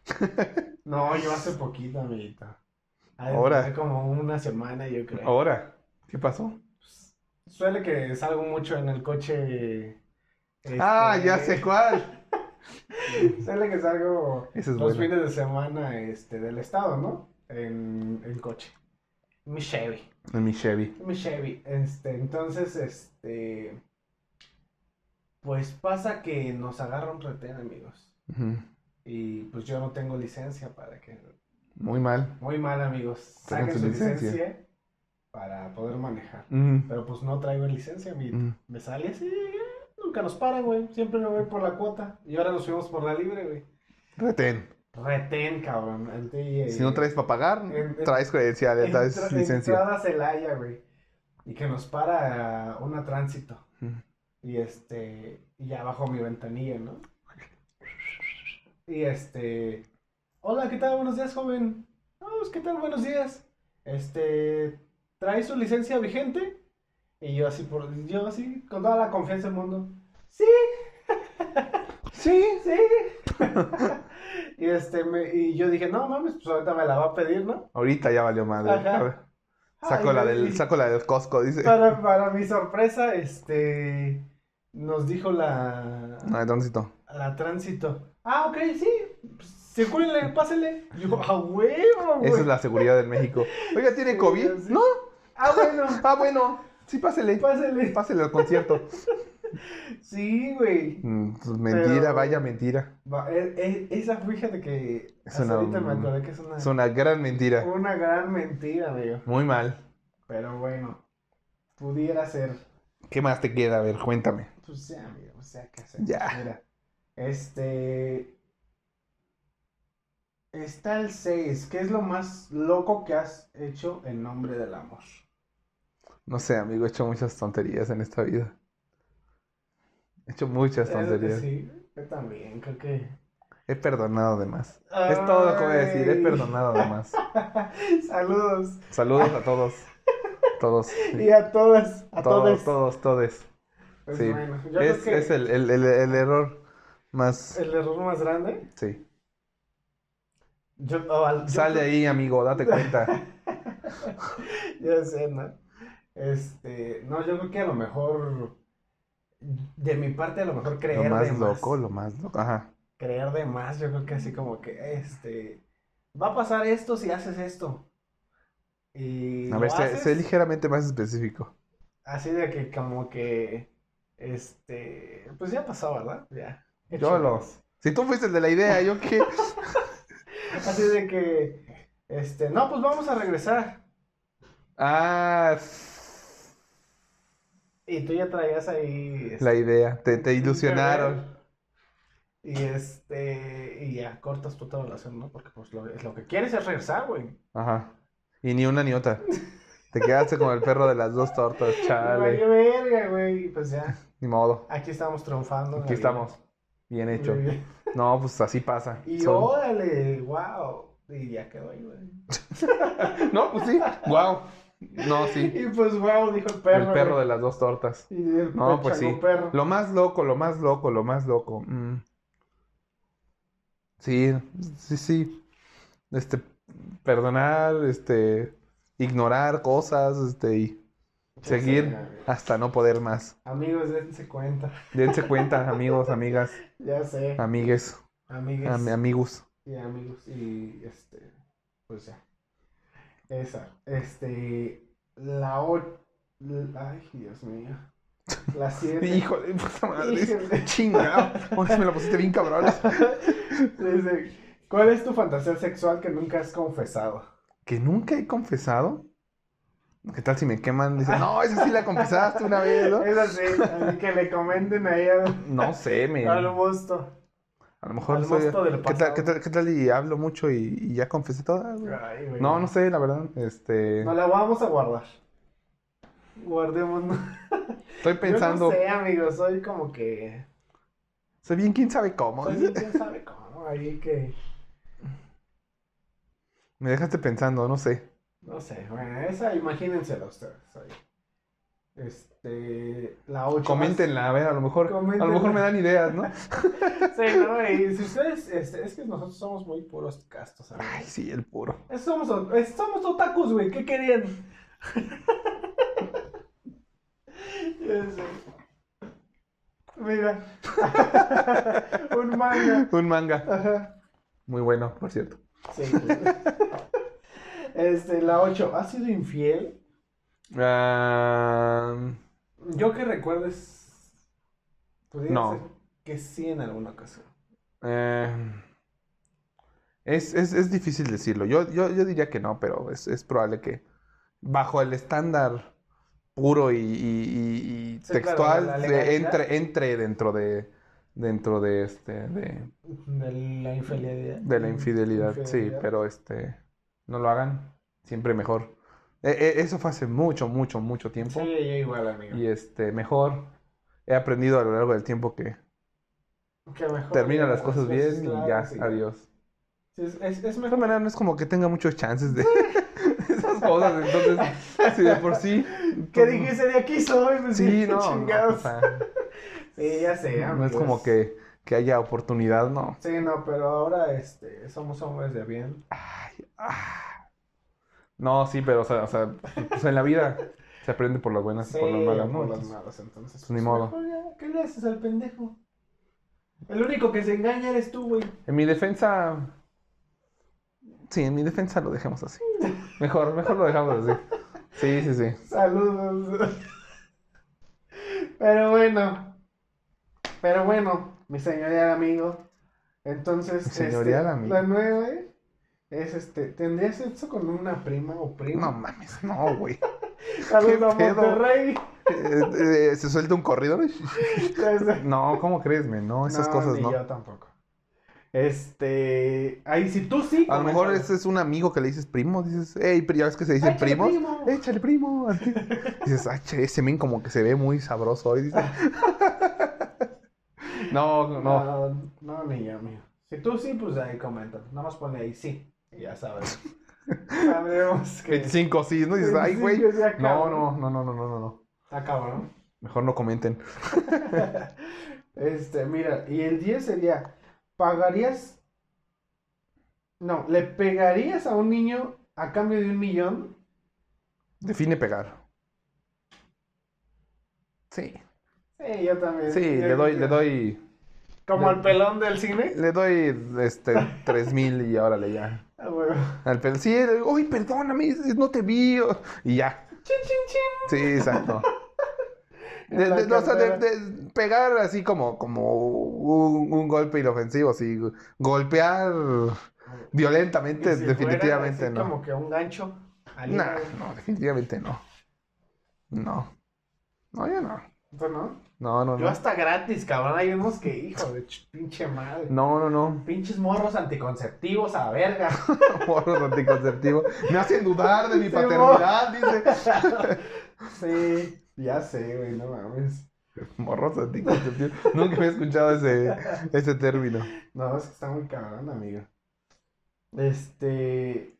No, yo hace poquito, amiguito. Ha de tener Ahora, como una semana, yo creo. ahora, ¿qué pasó? Suele que salgo mucho en el coche. Ah, ya sé Este. cuál. Suele que salgo Esa es los buena. fines de semana este, del estado, ¿no? En, en coche. Mi Chevy. En mi Chevy. Mi Chevy. Este, entonces, este. Pues pasa que nos agarra un retén, amigos. Ujú. Y pues yo no tengo licencia para que... Muy mal. Muy mal, amigos. Saquen Saquen su su licencia. licencia para poder manejar. Ujú. Pero pues no traigo licencia, amiguito. Ujú. Me sale así, eh, nunca nos paran, güey. Siempre me voy por la cuota. Y ahora nos fuimos por la libre, güey. Retén. Retén, cabrón. El de, Si no traes para pagar, en- en- traes credenciales, traes entra- licencia. entrada Celaya, güey. Y que nos para una tránsito. Ujú. Y este, y ya bajo mi ventanilla, ¿no? Y este, hola, ¿qué tal? Buenos días, joven. No, pues, ¿qué tal? Buenos días. Este, ¿trae su licencia vigente? Y yo así, por, yo así, con toda la confianza del mundo. Sí, Sí. sí. Y este, me, y yo dije, no mames, pues ahorita me la va a pedir, ¿no? Ahorita ya valió madre. Ajá. A ver. Saco Ay, la güey, del, y saco la del Costco, dice. Para, para mi sorpresa, este, nos dijo la, No, de tránsito. la tránsito. Ah, ok, sí. Pues, circúlenle, pásenle. Yo, a huevo, güey. Esa es la seguridad en México. Oiga, ¿tiene Sí, COVID? sí. No. Ah, bueno, Ah, bueno. Sí, pásele. pásenle. Pásele al concierto. Sí, güey. Mm, pues, mentira, Pero- vaya mentira. Va, e- e- esa, fíjate que Es hasta una- ahorita me acordé que es una, Es una gran mentira. una gran mentira, amigo. Muy mal. Pero bueno, pudiera ser. ¿Qué más te queda? A ver, cuéntame. Pues ya, amigo, o sea, ¿qué hacer? Ya. Mira, este. Está el seis. ¿Qué es lo más loco que has hecho en nombre del amor? No sé, amigo, he hecho muchas tonterías en esta vida. He hecho muchas tonterías. Sí, yo también, creo que. He perdonado de más. Es todo lo que voy a decir. He Ay. perdonado de más. Saludos. Saludos a todos. Todos. Sí. Y a todas, a Todos, todos. todos, todos. Pues Sí. bueno, yo Es, creo que es el, el, el, el error más. el error más grande. Sí. Yo, oh, al- yo Sale creo- ahí, amigo, date cuenta. Ya sé, ¿no? Este, no, yo creo que a lo mejor, de mi parte, a lo mejor creer Lo más de más. loco, lo más loco. Ajá. Creer de más, yo creo que así como que, este, va a pasar esto si haces esto. Y A lo ver, sé, haces, sé ligeramente más específico. así de que como que, este, pues ya pasó, ¿verdad? Ya. Yo lo. Si tú fuiste el de la idea, ¿yo qué? Así de que, este, no, pues vamos a regresar. Ah, Y tú ya traías ahí, este, la idea. Te, te un ilusionaron. querer. Y este, y ya cortas tu relación, ¿no? Porque pues lo, lo que quieres es regresar, güey. Ajá. Y ni una ni otra. Te quedaste con el perro de las dos tortas, Vale, chale. verga, güey. Y pues ya, Ni modo. aquí estamos triunfando. en Aquí la vida. estamos. Bien hecho. Muy bien. No, pues así pasa. Y Son- órale, wow. Y ya quedó ahí, güey. No, pues sí. Wow. No, sí. Y pues wow, dijo el perro. El perro güey. de las dos tortas. Y el No, pues sí. chango perro. Lo más loco, lo más loco, lo más loco. Mm. Sí, sí, sí. Este, perdonar, este, ignorar cosas, este, y seguir Ya sé, hasta no poder más. amigos, dense cuenta. Dense cuenta, amigos, amigas, Ya sé. amigues, Amigues. am- amigos. Y amigos. Y este, pues ya. Esa. Este, la o... la- Ay, Dios mío. La siete. Híjole, puta madre, Híjole. chingado. Ahora sí me lo pusiste bien cabrón. Dice, ¿cuál es tu fantasía sexual que nunca has confesado? Que nunca he confesado. ¿Qué tal si me queman? Dicen, no, esa sí la confesaste una vez, ¿no? Es así, así que le comenten ahí al, No sé, me... al mosto. A lo mejor al soy... mosto del ¿Qué tal, pasado. qué tal, qué tal y hablo mucho y, y ya confesé todas, güey? Ay, güey. No, no sé, la verdad. Este... Nos la vamos a guardar. Guardémonos. Estoy pensando... Yo no sé, amigo, soy como que... Soy bien quién sabe cómo. Soy bien, quién sabe cómo, ahí que... Me dejaste pensando, no sé. No sé, bueno, esa imagínensela ustedes ahí. Este, la ocho. Coméntenla, a ver, a lo mejor... A lo Coméntenla. mejor me dan ideas, ¿no? Sí, ¿no? Y si ustedes, este, es que nosotros somos muy puros castos, amigos. Ay, sí, el puro. Es- Somos, o- es- somos otakus, güey, ¿qué querían? Ya sé. Mira. Un manga. Un manga. Ajá. Muy bueno, por cierto. Sí. Este, la ocho. ¿Has sido infiel? Ah, Yo que recuerdes. Pudiera No. ser que sí en alguna ocasión. Eh, es, es, es difícil decirlo. Yo, yo, yo diría que no, pero es, es probable que bajo el estándar puro y, y- y- y Sí, claro, la, la textual se legalidad entre, entre dentro de dentro de este de, de la infidelidad. de la infidelidad, sí, Infidelidad. pero este no lo hagan, siempre mejor. E- e- eso fue hace mucho, mucho, mucho Sí, tiempo. yo igual, amigo. Y este, mejor he aprendido a lo largo del tiempo que Que mejor termina digas las cosas bien y claras ya, y ya. adiós. Sí, es, es, es De todas mejor. maneras, no es como que tenga muchos chances de esas cosas, entonces, si de por sí. ¿Qué pues, dijiste? De aquí soy, pues Sí, sí, no, no, chingados. o sea, Sí, ya sé, no, no es amigos. como que, que haya oportunidad, no. Sí, no, pero ahora este, somos hombres de bien. Ay, ah. No, sí, pero, o sea, o sea, pues en la vida se aprende por las buenas y Sí, por las malas, o ¿no? por las Entonces, malas, entonces. pues ni Pues modo. mejor ya, ¿qué le haces al pendejo? El único que se engaña eres tú, güey. En mi defensa, sí, en mi defensa lo dejemos así. Mejor, mejor lo dejamos así. Sí, sí, sí. Saludos. Pero bueno, pero bueno, mi señorial amigo. Entonces, Mi señorial este, amigo. la nueve es este, ¿tendrías sexo con una prima o primo? No mames, no, güey. Saludos a ¿Qué pedo? Monterrey. Eh, eh, ¿Se suelta un corrido? No, ¿cómo crees, men? No, esas No, cosas ni no. yo tampoco. Este, ahí si tú sí, A lo mejor coméntalo. ese es un amigo que le dices primo, dices, hey, pero ya ves que se dicen Échale, primos, primo. échale primo. Dices, ay, che, ese men como que se ve muy sabroso hoy, dice. No, no, No, no, ni yo, mío. Si tú sí, pues ahí coméntalo. Nada más ponle ahí sí. Y ya sabes. Sabremos que. veinticinco sí, ¿no? Dices, ay, güey. veinticinco ya No, acabó. no, no, no, no, no, no, no. Está cabrón. Mejor no comenten. Este, mira, y el diez sería, ¿pagarías? No, ¿le pegarías a un niño a cambio de un millón? Define pegar. Sí. Sí, yo también. Sí, Yo le doy, creo le que- doy, Como le- al pelón del cine. le doy, este, tres mil y órale ya. Ah, bueno. Al pel sí, uy, perdóname, es- no te vi. Y ya. Chin, chin, chin. Sí, exacto. En De, la de- no, o sea, de, cartera. de pegar así como, como un, un golpe inofensivo, así, golpear violentamente, Y si definitivamente fuera así no. como que un gancho al Nah, hígado. no, definitivamente no. No. No, yo no. ¿Tú no? No, no, Yo no. hasta gratis, cabrón. Hay unos que, hijo de ch- pinche madre. No, no, no. Pinches morros anticonceptivos a la verga. Morros anticonceptivos. Me hacen dudar de mi Sí, paternidad, dice. Sí, ya sé, güey, no mames. Morros anticonceptivos. Nunca había escuchado ese, ese término. No, es que está muy cabrón, amigo. Este.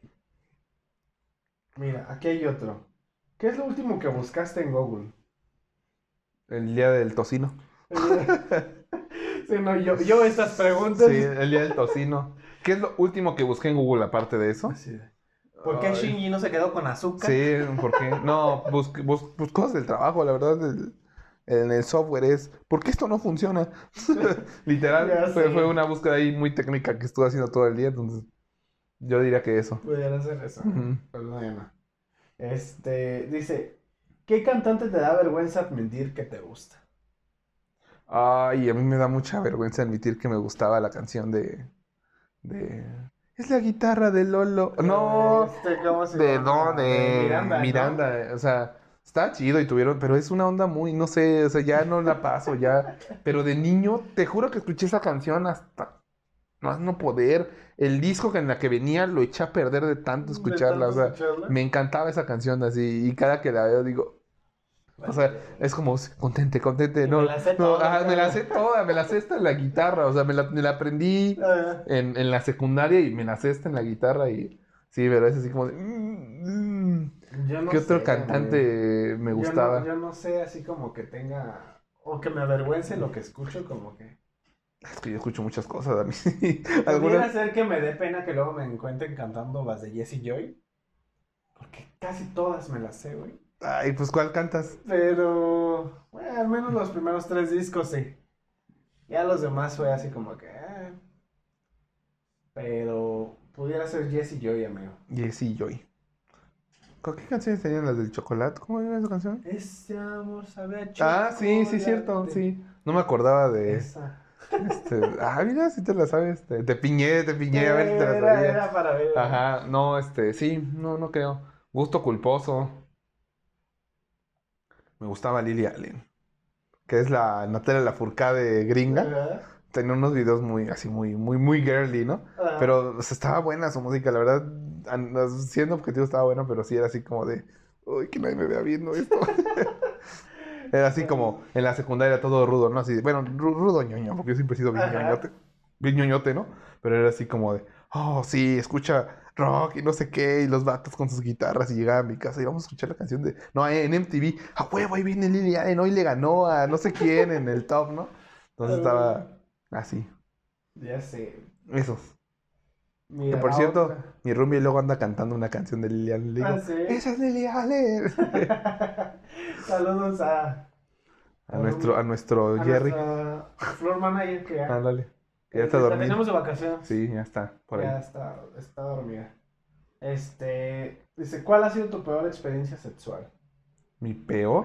Mira, aquí hay otro. ¿Qué es lo último que buscaste en Google? El día del tocino. Sí, no, yo, yo estas preguntas. Sí, el día del tocino. ¿Qué es lo último que busqué en Google aparte de eso? Así de, ¿por qué Ay. Shinji no se quedó con azúcar? Sí, ¿por qué? No, busqué, bus- bus- cosas del trabajo, la verdad, el- en el software es, ¿por qué esto no funciona? Literal, Ya fue, sé. fue una búsqueda ahí muy técnica que estuve haciendo todo el día, entonces yo diría que eso. Pudiera ser eso. Ujú. Pero no, ya no. Este, dice, ¿qué cantante te da vergüenza admitir que te gusta? Ay, a mí me da mucha vergüenza admitir que me gustaba la canción de... de... Es la guitarra de Lolo. No, Este, ¿cómo se ¿de llama? dónde? De Miranda, ¿no? Miranda, o sea, está chido y tuvieron, pero es una onda muy, no sé, o sea, ya no la paso, ya. Pero de niño, te juro que escuché esa canción hasta más no poder. El disco en la que venía lo eché a perder de tanto De escucharla, tanto o sea, escucharla. me encantaba esa canción así, y cada que la veo digo, o sea, es como, contente, contente, Y no, me la sé no, toda, ajá, me la cara. sé toda, me la sé esta en la guitarra, o sea, me la, me la aprendí Ah, en, en la secundaria y me la sé esta en la guitarra y sí, pero es así como de, mm, mm. yo no ¿Qué otro sé, cantante me amigo. gustaba? Yo no, yo no sé así como que tenga, o que me avergüence lo que escucho, como que... Es que yo escucho muchas cosas a mí. Pudiera Algunas... ser que me dé pena que luego me encuentren cantando las de Jessie Joy, porque casi todas me las sé, güey. Ay, pues ¿cuál cantas? Pero, bueno, al menos los primeros tres discos sí. Ya los demás fue así como que... eh. Pero pudiera ser Jessie Joy, amigo. Jessie Joy. ¿Con qué canciones tenían las del chocolate? ¿Cómo era esa canción? Ese amor sabe a Ah, sí, sí, cierto, chocolate. sí. No me acordaba de... Esa. Este... Ah, mira, si te la sabes. Te, te piñé, te Sí, piñé, a ver si te la era, sabías. era para ver. Ajá, no, este, sí, no, no creo. Gusto culposo. Me gustaba Lily Allen, que es la Natalia Lafourcade gringa. ¿Verdad? Tenía unos videos muy, así, muy, muy, muy girly, ¿no? Ajá. Pero, o sea, estaba buena su música, la verdad, an- siendo objetivo estaba bueno, pero sí era así como de, uy, que nadie me vea viendo esto. Era así como en la secundaria todo rudo, ¿no? Así, bueno, ru- rudo ñoño, porque yo siempre he sido bien ñoñote, Ajá. bien ñoñote, ¿no? Pero era así como de, oh, sí, escucha rock y no sé qué, y los vatos con sus guitarras, y llegaba a mi casa y vamos a escuchar la canción de, no, en M T V, a huevo, ahí viene Lily Allen, hoy le ganó a no sé quién en el top, ¿no? Entonces Ah, estaba así, ya sé. esos. Que Mira, por la cierto, otra. mi roomie luego anda cantando una canción de Lily Allen, le Ah, digo, sí. esa es Lily Allen. Saludos a, A a, nuestro, a Rumi- nuestro a Jerry. nuestra floor manager que ya, Ándale. Que ya está eh, la dormido. tenemos de vacaciones. Sí, ya está, por ahí. Ya está, está dormida. Este, dice, ¿cuál ha sido tu peor experiencia sexual? Mi peor.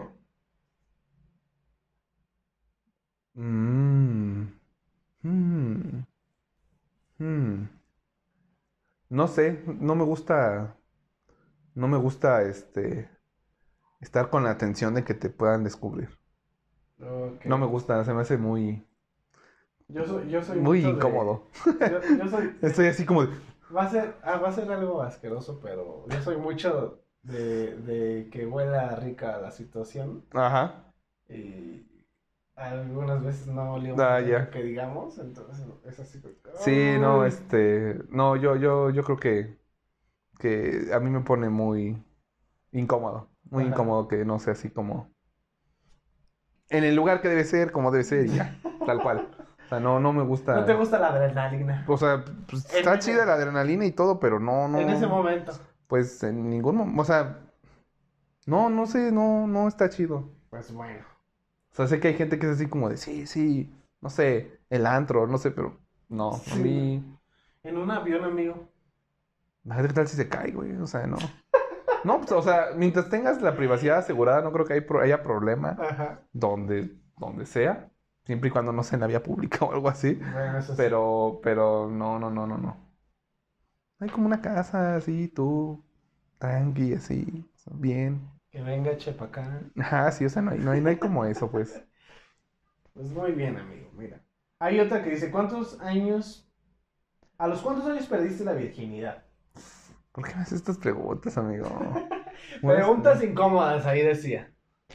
Mmm. Mm, mm. No sé, no me gusta. No me gusta este. Estar con la atención de que te puedan descubrir. Ok. No me gusta, se me hace muy. Yo soy, yo soy Muy mucho de. incómodo. Yo, yo soy. Estoy así como de. Va a ser, ah, va a ser algo asqueroso, pero yo soy mucho de, de que huela rica la situación. Ajá. Y algunas veces no olió muy Ah, rico ya. que digamos. Entonces es así. como que, Sí, no, ¡ay! este. No, yo, yo, yo creo que. Que a mí me pone muy incómodo. Muy Ajá. incómodo que no sea así como. En el lugar que debe ser, como debe ser y ya, tal cual. O sea, no, no me ¿No te gusta. gusta la adrenalina? O sea, pues, En, está chida en- la adrenalina y todo, pero no, en ese no. momento. Pues en ningún momento. O sea, no, no sé, no, no está chido. Pues bueno. O sea, sé que hay gente que es así como de, sí, sí, no sé, el antro, no sé, pero no, a Sí, no. mí. En un avión, amigo. ¿Qué tal si se cae, güey? O sea, no. No, pues, o sea, mientras tengas la privacidad asegurada, no creo que hay pro- haya problema Ajá. donde, donde sea, siempre y cuando no sea en la vía pública o algo así. Bueno, eso sí. Pero, pero no, no, no, no, no. Hay como una casa así, tú, tranqui, así, bien. Que venga Chepa acá. Ajá, sí, o sea, no hay, no hay, no hay como eso, pues. Pues muy bien, amigo. Mira. Hay otra que dice, ¿cuántos años... ¿A los cuántos años perdiste la virginidad? ¿Por qué me haces estas preguntas, amigo? Pues, Preguntas incómodas, ahí decía.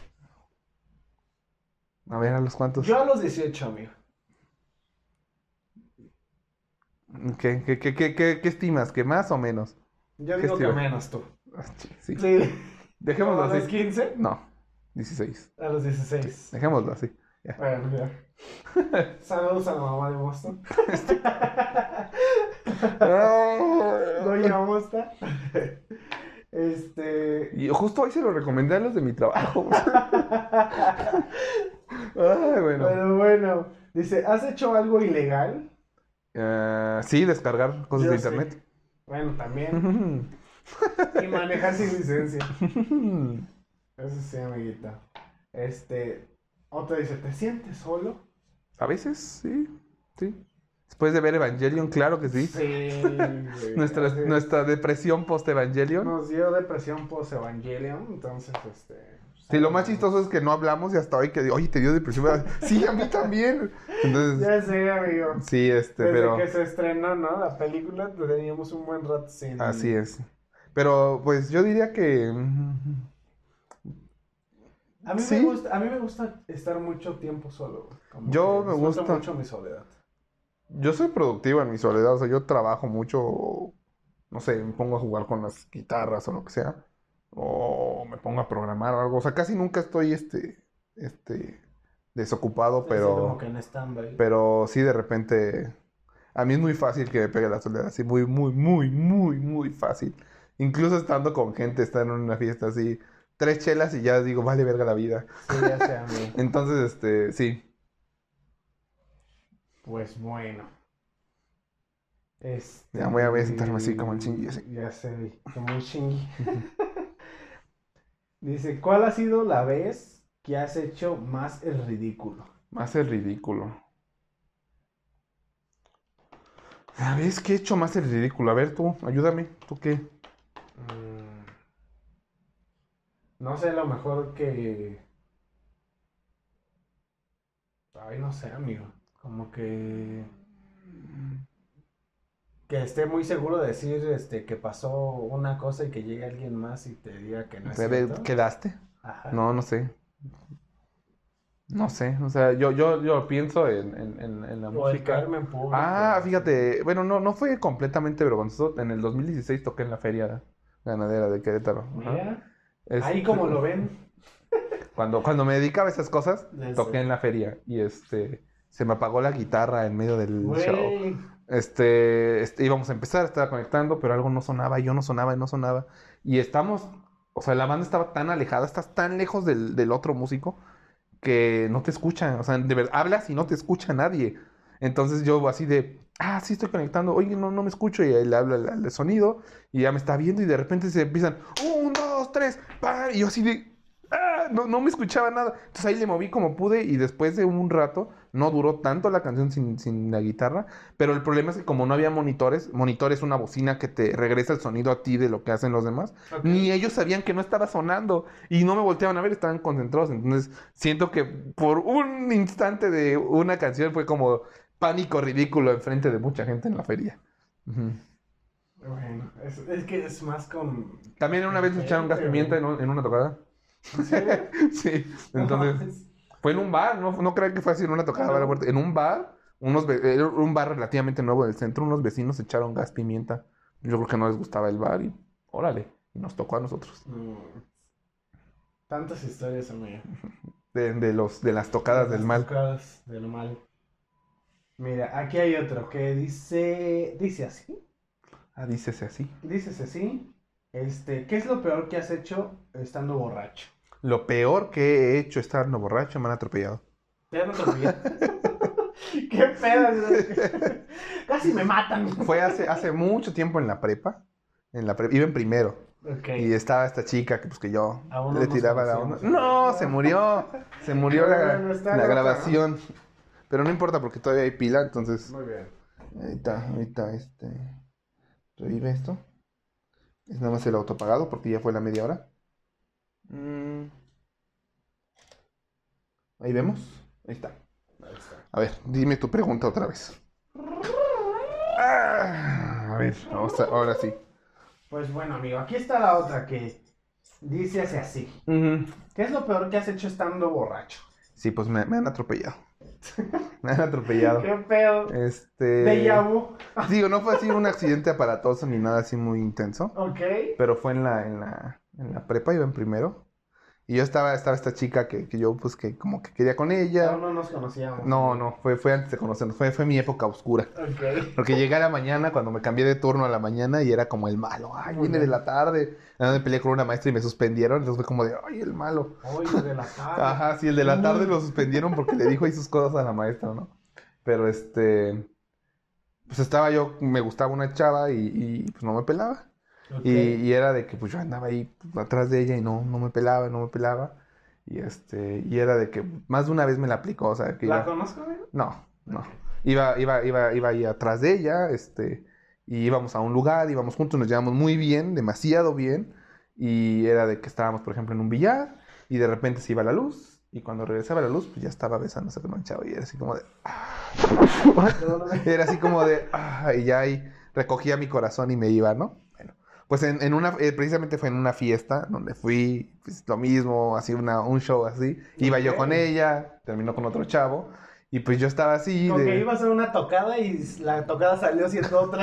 a ver, ¿a los cuantos? Yo a los dieciocho, amigo. ¿Qué, qué, qué, qué, qué, qué estimas? ¿Que más o menos? Yo ¿Qué digo que estimas? menos tú. Ah, sí. Sí. ¿Como Dejémoslo a así. los quince? No, dieciséis. A los Sí, dieciséis. dejémoslo así. Ya. Bueno, ya. Saludos a la mamá de Boston. Doña Mosta. Este. Y justo hoy se lo recomendé a los de mi trabajo. Ay, bueno. Pero bueno. Dice, ¿has hecho algo ilegal? Eh, sí, descargar cosas Yo de sí. internet. Bueno, también. Y manejar sin licencia. Eso sí, amiguita. Este. Otra dice, ¿te sientes solo? A veces, sí, sí. Después de ver Evangelion, claro que sí. Sí, güey. Nuestra, Así es. nuestra depresión post-Evangelion. Nos dio depresión post Evangelion, entonces, este. pues, Sí, ahí lo nos más vamos. chistoso es que no hablamos y hasta hoy que digo, oye, ¿te dio depresión? Sí, a mí también. Entonces, Ya sé, amigo. sí, este, Desde pero que se estrenó, ¿no? La película, teníamos un buen rato sin. así es. Pero, pues, yo diría que mm, A mí me sí, gusta, a mí me gusta estar mucho tiempo solo, güey. Como yo que me disfruto gusta. mucho mi soledad. Yo soy productivo en mi soledad, o sea, yo trabajo mucho, no sé, me pongo a jugar con las guitarras o lo que sea, o me pongo a programar o algo, o sea, casi nunca estoy, este, este, desocupado, Así como pero, que en stand-by. pero sí de repente, a mí es muy fácil que me pegue la soledad, así, muy, muy, muy, muy, muy fácil. Incluso estando con gente, estar en una fiesta así, tres chelas y ya digo, vale verga la vida. Sí, ya sé, amigo. Entonces, este, sí, Pues bueno. Este. ya voy a, voy a sentarme así como el chingy, así. Ya sé, como un chingy. Dice, ¿cuál ha sido la vez que has hecho más el ridículo? Más el ridículo. ¿Sabes qué he hecho más el ridículo? A ver, tú, ayúdame. ¿Tú qué? Mm, no sé, lo mejor que... Ay, no sé, amigo. Como que... Que esté muy seguro de decir este, que pasó una cosa y que llegue alguien más y te diga que no es ¿Te ve- cierto. ¿Quedaste? Ajá. No, no sé. No sé. O sea, yo, yo, yo pienso en, en, en, en la O el música. caerme en público. Ah, Así. fíjate. Bueno, no, no fue completamente vergonzoso. En el dos mil dieciséis toqué en la feria ganadera de Querétaro. Ajá. Mira, ahí Este, como lo ven. cuando, cuando me dedicaba a esas cosas, Eso. toqué en la feria. Y este, se me apagó la guitarra en medio del show. Güey. Este, este, íbamos a empezar, estaba conectando, pero algo no sonaba, y yo no sonaba y no sonaba. Y estamos, o sea, la banda estaba tan alejada, estás tan lejos del, del otro músico que no te escuchan. O sea, de verdad, hablas y no te escucha nadie. Entonces yo así de, ah, sí estoy conectando, oye, no, no me escucho. Y él habla el, el sonido y ya me está viendo y de repente se empiezan, un, dos, tres, ¡pam! Y yo así de, ah, no, no me escuchaba nada. Entonces ahí le moví como pude y después de un rato, no duró tanto la canción sin, sin la guitarra, pero el problema es que como no había monitores, monitor es una bocina que te regresa el sonido a ti de lo que hacen los demás, Ok. ni ellos sabían que no estaba sonando y no me volteaban a ver, estaban concentrados. Entonces siento que por un instante de una canción fue como pánico ridículo enfrente de mucha gente en la feria. Ujú. Bueno, es, es que es más con, También una con vez me echaron gas gente, pimienta güey. en, un- en una tocada. ¿En serio? Sí, No entonces mames. fue en un bar, no, no creo que fue así en una tocada, Ah, Bala no. Muerte. En un bar, unos ve- era un bar relativamente nuevo del centro, unos vecinos echaron gas pimienta. Yo creo que no les gustaba el bar y órale, y nos tocó a nosotros. No. Tantas historias, amigo. De, de los, de las De tocadas del las mal. tocadas de lo mal. Mira, aquí hay otro que dice, dice así, Ah, dícese así. dice así, este, ¿qué es lo peor que has hecho estando borracho? Lo peor que he hecho estando borracho, me han atropellado. ¿Te han atropellado? ¿Qué pedo? Casi me matan. Fue hace, hace mucho tiempo en la prepa. En la prepa, iba en primero. Ok. Y estaba esta chica que pues que yo Aún no le nos tiraba la onda. conocíamos, No, amigo. se murió. Se murió la, Bueno, está la loca. grabación. Pero no importa porque todavía hay pila, entonces. Muy bien. Ahorita, ahorita, este. Revive esto. Es nada más el autopagado porque ya fue la media hora. Mm, ahí vemos. Ahí está. Ahí está. A ver, dime tu pregunta otra vez. Ah, a ver, vamos a- ahora sí. Pues bueno, amigo, aquí está la otra que dice así, así. Ujú. ¿Qué es lo peor que has hecho estando borracho? Sí, pues me, me han atropellado. Me han atropellado. ¿Qué pedo? Este. Déjà vu. Digo, no fue así un accidente aparatoso ni nada así muy intenso. Ok. Pero fue en la, en la, en la prepa, iba en primero. Y yo estaba, estaba esta chica que, que yo, pues, que como que quería con ella. Aún no nos conocíamos. No, no, fue, fue antes de conocernos, fue, fue mi época oscura. Ok. Porque llegué a la mañana, cuando me cambié de turno a la mañana, y era como el malo. Ay, Muy viene de bien. la tarde. Nada, me peleé con una maestra y me suspendieron. Entonces fue como de, ay, el malo. Oye, de la tarde. Ajá, sí, el de la tarde Uy. lo suspendieron porque le dijo ahí sus cosas a la maestra, ¿no? Pero este, pues estaba yo, me gustaba una chava y, y, pues no me pelaba. Ok. Y, y era de que pues yo andaba ahí pues, atrás de ella y no, no me pelaba, no me pelaba. Y este, y era de que más de una vez me la aplicó, o sea, que ¿La iba... conozco, amigo? No, no. Ok. Iba, iba, iba, iba ahí atrás de ella, este, y íbamos a un lugar, íbamos juntos, nos llevamos muy bien, demasiado bien. Y era de que estábamos, por ejemplo, en un billar, y de repente se iba la luz, y cuando regresaba la luz, pues ya estaba besándose con un chavo, y era así como de, Perdóname. era así como de, ah, y ya ahí recogía mi corazón y me iba, ¿no? Bueno, pues en, en una, eh, precisamente fue en una fiesta donde fui, pues lo mismo, así una, un show así. Iba yo Ok. con ella, terminó con otro chavo, y pues yo estaba así Con que de... iba a ser una tocada y la tocada salió siendo otra.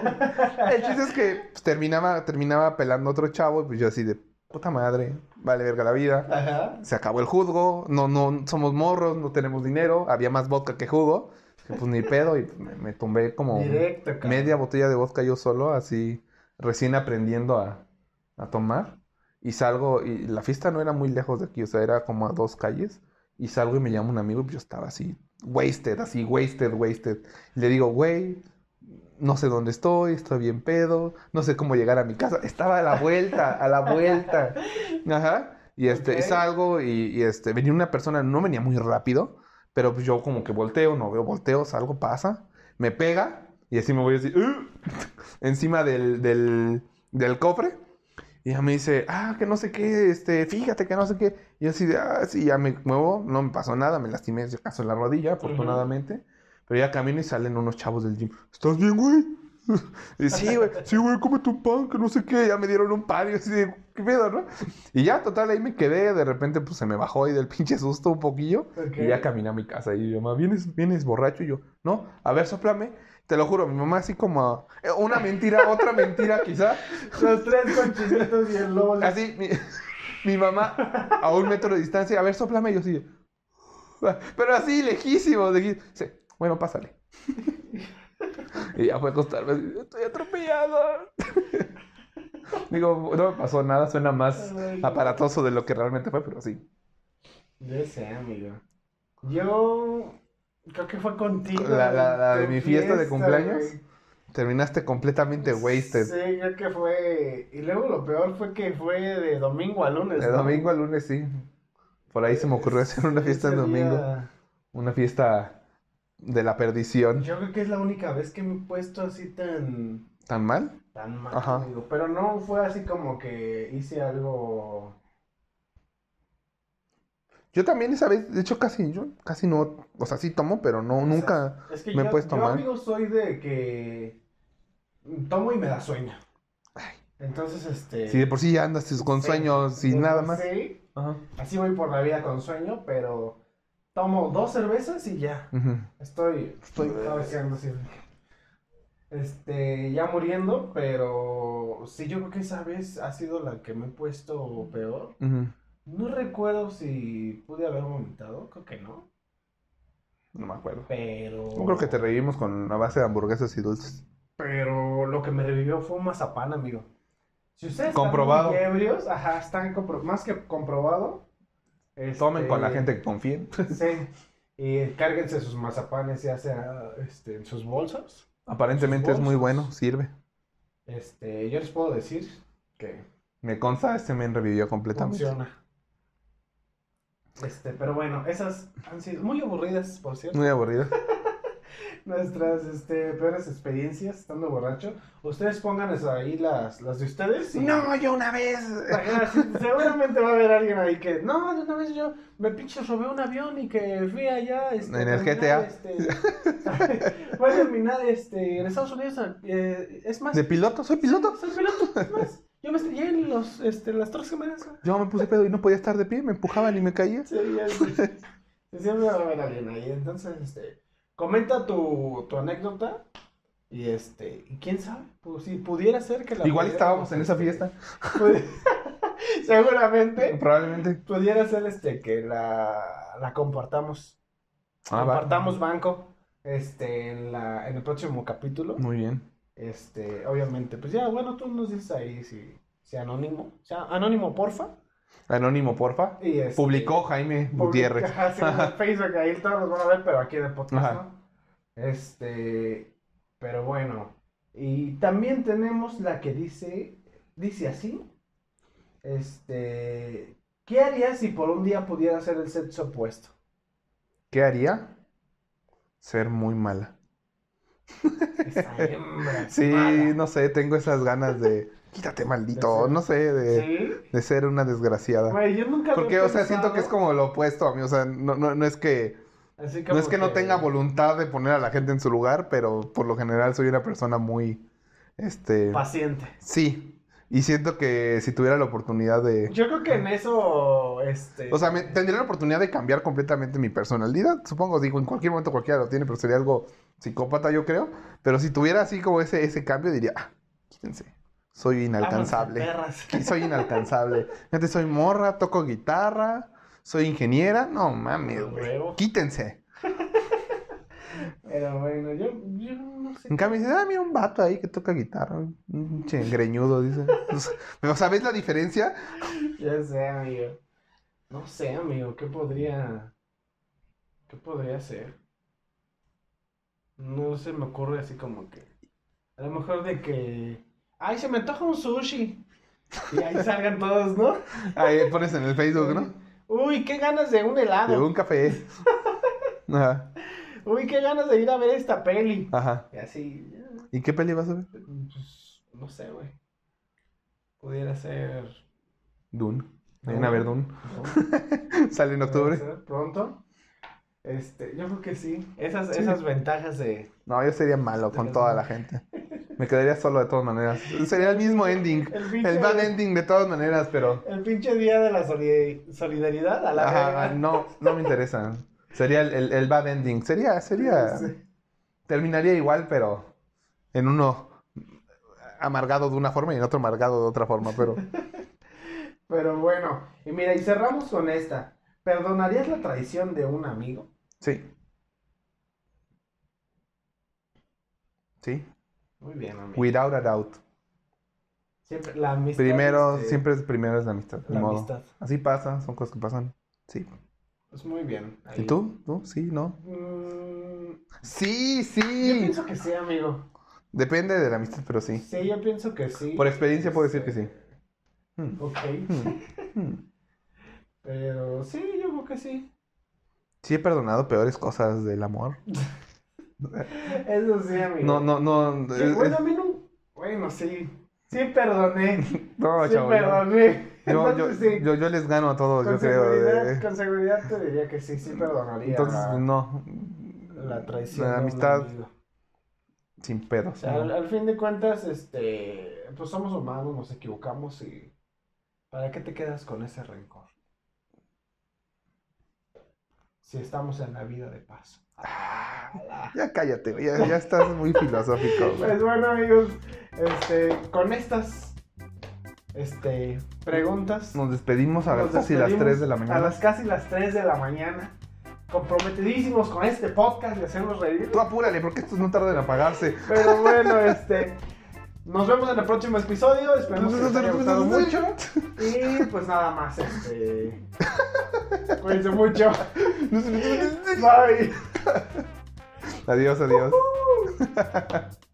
El chiste es que pues, terminaba, terminaba pelando otro chavo, y pues yo así de, puta madre, vale verga la vida. Ajá. Se acabó el jugo, no, no, somos morros, no tenemos dinero, había más vodka que jugo, que pues ni pedo, y pues, me, me tumbé como Directo, cabrón. media botella de vodka yo solo, así recién aprendiendo a, a tomar, y salgo, y la fiesta no era muy lejos de aquí, o sea, era como a dos calles, y salgo y me llama un amigo, y yo estaba así, wasted, así, wasted, wasted, y le digo, güey, no sé dónde estoy, estoy bien pedo, no sé cómo llegar a mi casa. Estaba a la vuelta, a la vuelta. Ajá. Y este, Ok. y salgo y, y, este, venía una persona, no venía muy rápido, pero pues yo como que volteo, no veo, volteo, salgo, pasa, me pega y así me voy así, "Uh", encima del, del, del cofre. Y ella me dice, ah, que no sé qué, este, fíjate que no sé qué. Y yo así de, ah, sí, ya me muevo, no me pasó nada, me lastimé si acaso en la rodilla, Ujú. afortunadamente. Pero ya camino y salen unos chavos del gym. ¿Estás bien, güey? Y sí, güey, sí, güey, cómete un pan, que no sé qué. Ya me dieron un pan y yo así de, ¿qué pedo, no? Y ya, total, ahí me quedé. De repente, pues se me bajó ahí del pinche susto un poquillo. Ok. Y ya caminé a mi casa. Y yo, mamá, ¿vienes, vienes borracho? Y yo, no, a ver, soplame. Te lo juro, mi mamá así como, eh, una mentira, otra mentira, quizá. Los tres cochinitos y el lobo. Así, mi, mi mamá a un metro de distancia, a ver, soplame. Y yo así, pero así, lejísimo. De aquí, sí, bueno, pásale. Y ya fue a acostarme así, estoy atropellado. Digo, no me pasó nada, suena más Ay, aparatoso de lo que realmente fue, pero sí. yo sé, amigo. Yo creo que fue contigo La, la, en la de tu mi fiesta de fiesta, cumpleaños, güey. terminaste completamente wasted. Sí, creo que fue. Y luego lo peor fue que fue de domingo a lunes, De ¿no? domingo a lunes, sí. Por ahí se me ocurrió hacer una Ese fiesta en domingo. día- Una fiesta de la perdición. Yo creo que es la única vez que me he puesto así tan. ¿Tan mal? Tan mal, Ajá. amigo. Pero no fue así como que hice algo. Yo también esa vez, de hecho casi, yo casi no, o sea, sí tomo, pero no, O sea, nunca es que me he yo, puesto yo, mal. amigo, soy de que tomo y me da sueño. Entonces, este. Si de por sí ya andas con Sí, sueños y de nada por más. sí, Ajá. así voy por la vida con sueño, pero tomo dos cervezas y ya. Ujú. Estoy, estoy cabeceando así. Este, ya muriendo, pero sí, yo creo que esa vez ha sido la que me he puesto peor. Ujú. No recuerdo si pude haber vomitado, creo que no, No me acuerdo. pero, Yo creo que te revivimos con la base de hamburguesas y dulces. pero lo que me revivió fue un mazapán, amigo. Si ustedes están muy Comprobado. ebrios, ajá, están compro- más que comprobado. Tomen con la Este, gente que confíen. sí, y cárguense sus mazapanes ya sea este, en sus bolsas, Aparentemente es muy bolsos. bueno, sirve. Este, yo les puedo decir que Me consta, este men revivió completamente. funciona. Este, pero bueno, esas han sido muy aburridas, por cierto. Muy aburrido. Nuestras este, peores experiencias estando borracho. Ustedes pongan ahí las, las de ustedes. Y... No, yo una vez. Ajá, sí, seguramente va a haber alguien ahí que, no, de una vez yo me pinche robé un avión y que fui allá, este, En a el G T terminar, A. este, voy a terminar, este, en Estados Unidos, eh, es más, ¿De piloto? ¿Soy piloto? soy piloto, es más, yo me estrellé en los, este, las Torres Gemelas. Yo me puse pedo y no podía estar de pie, me empujaban y me caía. Sí, ya sé. Siempre va a haber alguien ahí, entonces, este, comenta tu, tu anécdota y, este, y quién sabe, pues si pudiera ser que la Igual pudiéramos, estábamos en esa este, fiesta. Pudi- Seguramente Probablemente. pudiera ser este que la, la compartamos. Ah, va. Compartamos banco este en la en el próximo capítulo. Muy bien. Este, obviamente, pues ya, bueno, tú nos dices ahí si, si anónimo, o sea, anónimo, porfa. Anónimo, porfa. Y este, Publicó Jaime Gutiérrez. publica- ajá, sí, en el Facebook, ahí todos los van a ver, pero aquí en el podcast, Ajá. ¿no? Este, pero bueno. Y también tenemos la que dice, dice así. Este, ¿qué harías si por un día pudiera ser el sexo opuesto? ¿Qué haría? Ser muy mala. Esa hembra es Sí, mala. no sé, tengo esas ganas de... Quítate, maldito. De ser- No sé, de, ¿Sí? de ser una desgraciada. Güey, yo nunca lo he Porque, o sea, siento pensado. que es como lo opuesto a mí. O sea, no, no, no es que... Así No como es que no tenga voluntad de poner a la gente en su lugar, pero por lo general soy una persona muy... Este... Paciente. Sí. Y siento que si tuviera la oportunidad de... Yo creo que en eso, este... O sea, me- tendría la oportunidad de cambiar completamente mi personalidad. Supongo, digo, en cualquier momento cualquiera lo tiene, pero sería algo psicópata, yo creo. Pero si tuviera así como ese, ese cambio, diría, ah, quítense. Soy inalcanzable. Ábranse, perras. Sí, soy inalcanzable. Fíjate, soy morra, toco guitarra, soy ingeniera. No mames, güey. Huevo. Quítense. Pero bueno, yo, yo no sé. En cambio, dice, ah, mira un vato ahí que toca guitarra. Un che, greñudo, dice. O sea, ¿ves la diferencia? Ya sé, amigo. No sé, amigo, ¿qué podría... ¿Qué podría ser? No se me ocurre así como que... A lo mejor de que... Ay, se me antoja un sushi. Y ahí salgan todos, ¿no? Ahí pones en el Facebook, ¿no? Uy, qué ganas de un helado. De un café. Ajá. Uy, qué ganas de ir a ver esta peli. Ajá. Y así. ¿Y qué peli vas a ver? Pues, no sé, güey. Pudiera ser. Dune. Vayan a ver Dune. ¿No? Sale en Pudiera octubre. ser pronto. Este, yo creo que sí. Esas, Sí. esas ventajas de. No, yo sería malo con toda la gente. Me quedaría solo de todas maneras. Sería el mismo ending. El pinche- El bad ending de todas maneras, pero... El pinche día de la solid- solidaridad a la Ajá, verga. no, no me interesa. Sería el, el, el bad ending. Sería, sería... Sí. Terminaría igual, pero en uno amargado de una forma y en otro amargado de otra forma, pero... Pero bueno, y mira, y cerramos con esta. ¿Perdonarías la traición de un amigo? Sí. Sí. Muy bien, amigo. Without a doubt. Siempre, la amistad. Primero, este, siempre es primero es la amistad. ni La modo. amistad. Así pasa, son cosas que pasan. Sí. Pues muy bien. ¿Y ahí. tú? ¿Tú? Sí, ¿no? Mm, Sí, yo sí. pienso que sí, amigo. Depende de la amistad, pero sí. Sí, yo pienso que sí. Por experiencia puedo decir que sí. Hmm, Ok. hmm, hmm. Pero sí, yo creo que sí. Sí he perdonado peores cosas del amor. Eso sí, amigo. No, no, no. Sí, es- bueno, es- a mí no. Bueno, sí. Sí, perdoné. no, sí, chavo. Yo, perdoné. yo, yo, Entonces, sí. yo, yo les gano a todos, Con yo creo. seguridad, de- con seguridad te diría que sí, sí perdonaría. Entonces, la, no. la traición. La de un amistad amigo. sin O pedos. sea, no. al, al fin de cuentas, este, pues somos humanos, nos equivocamos y ¿para qué te quedas con ese rencor? Si estamos en la vida de paz. Ya cállate, güey, ya, ya estás muy filosófico, güey. Pues bueno, amigos, este, con estas, este, preguntas, Nos despedimos a nos casi las despedimos tres de la a mañana. las casi las tres de la mañana, comprometidísimos con este podcast de hacernos reír. Tú apúrale, porque estos no tardan en apagarse. Pero bueno, este, nos vemos en el próximo episodio. Esperemos que les haya gustado mucho. Y pues nada más, este, cuídense mucho. Bye. Adiós, adiós.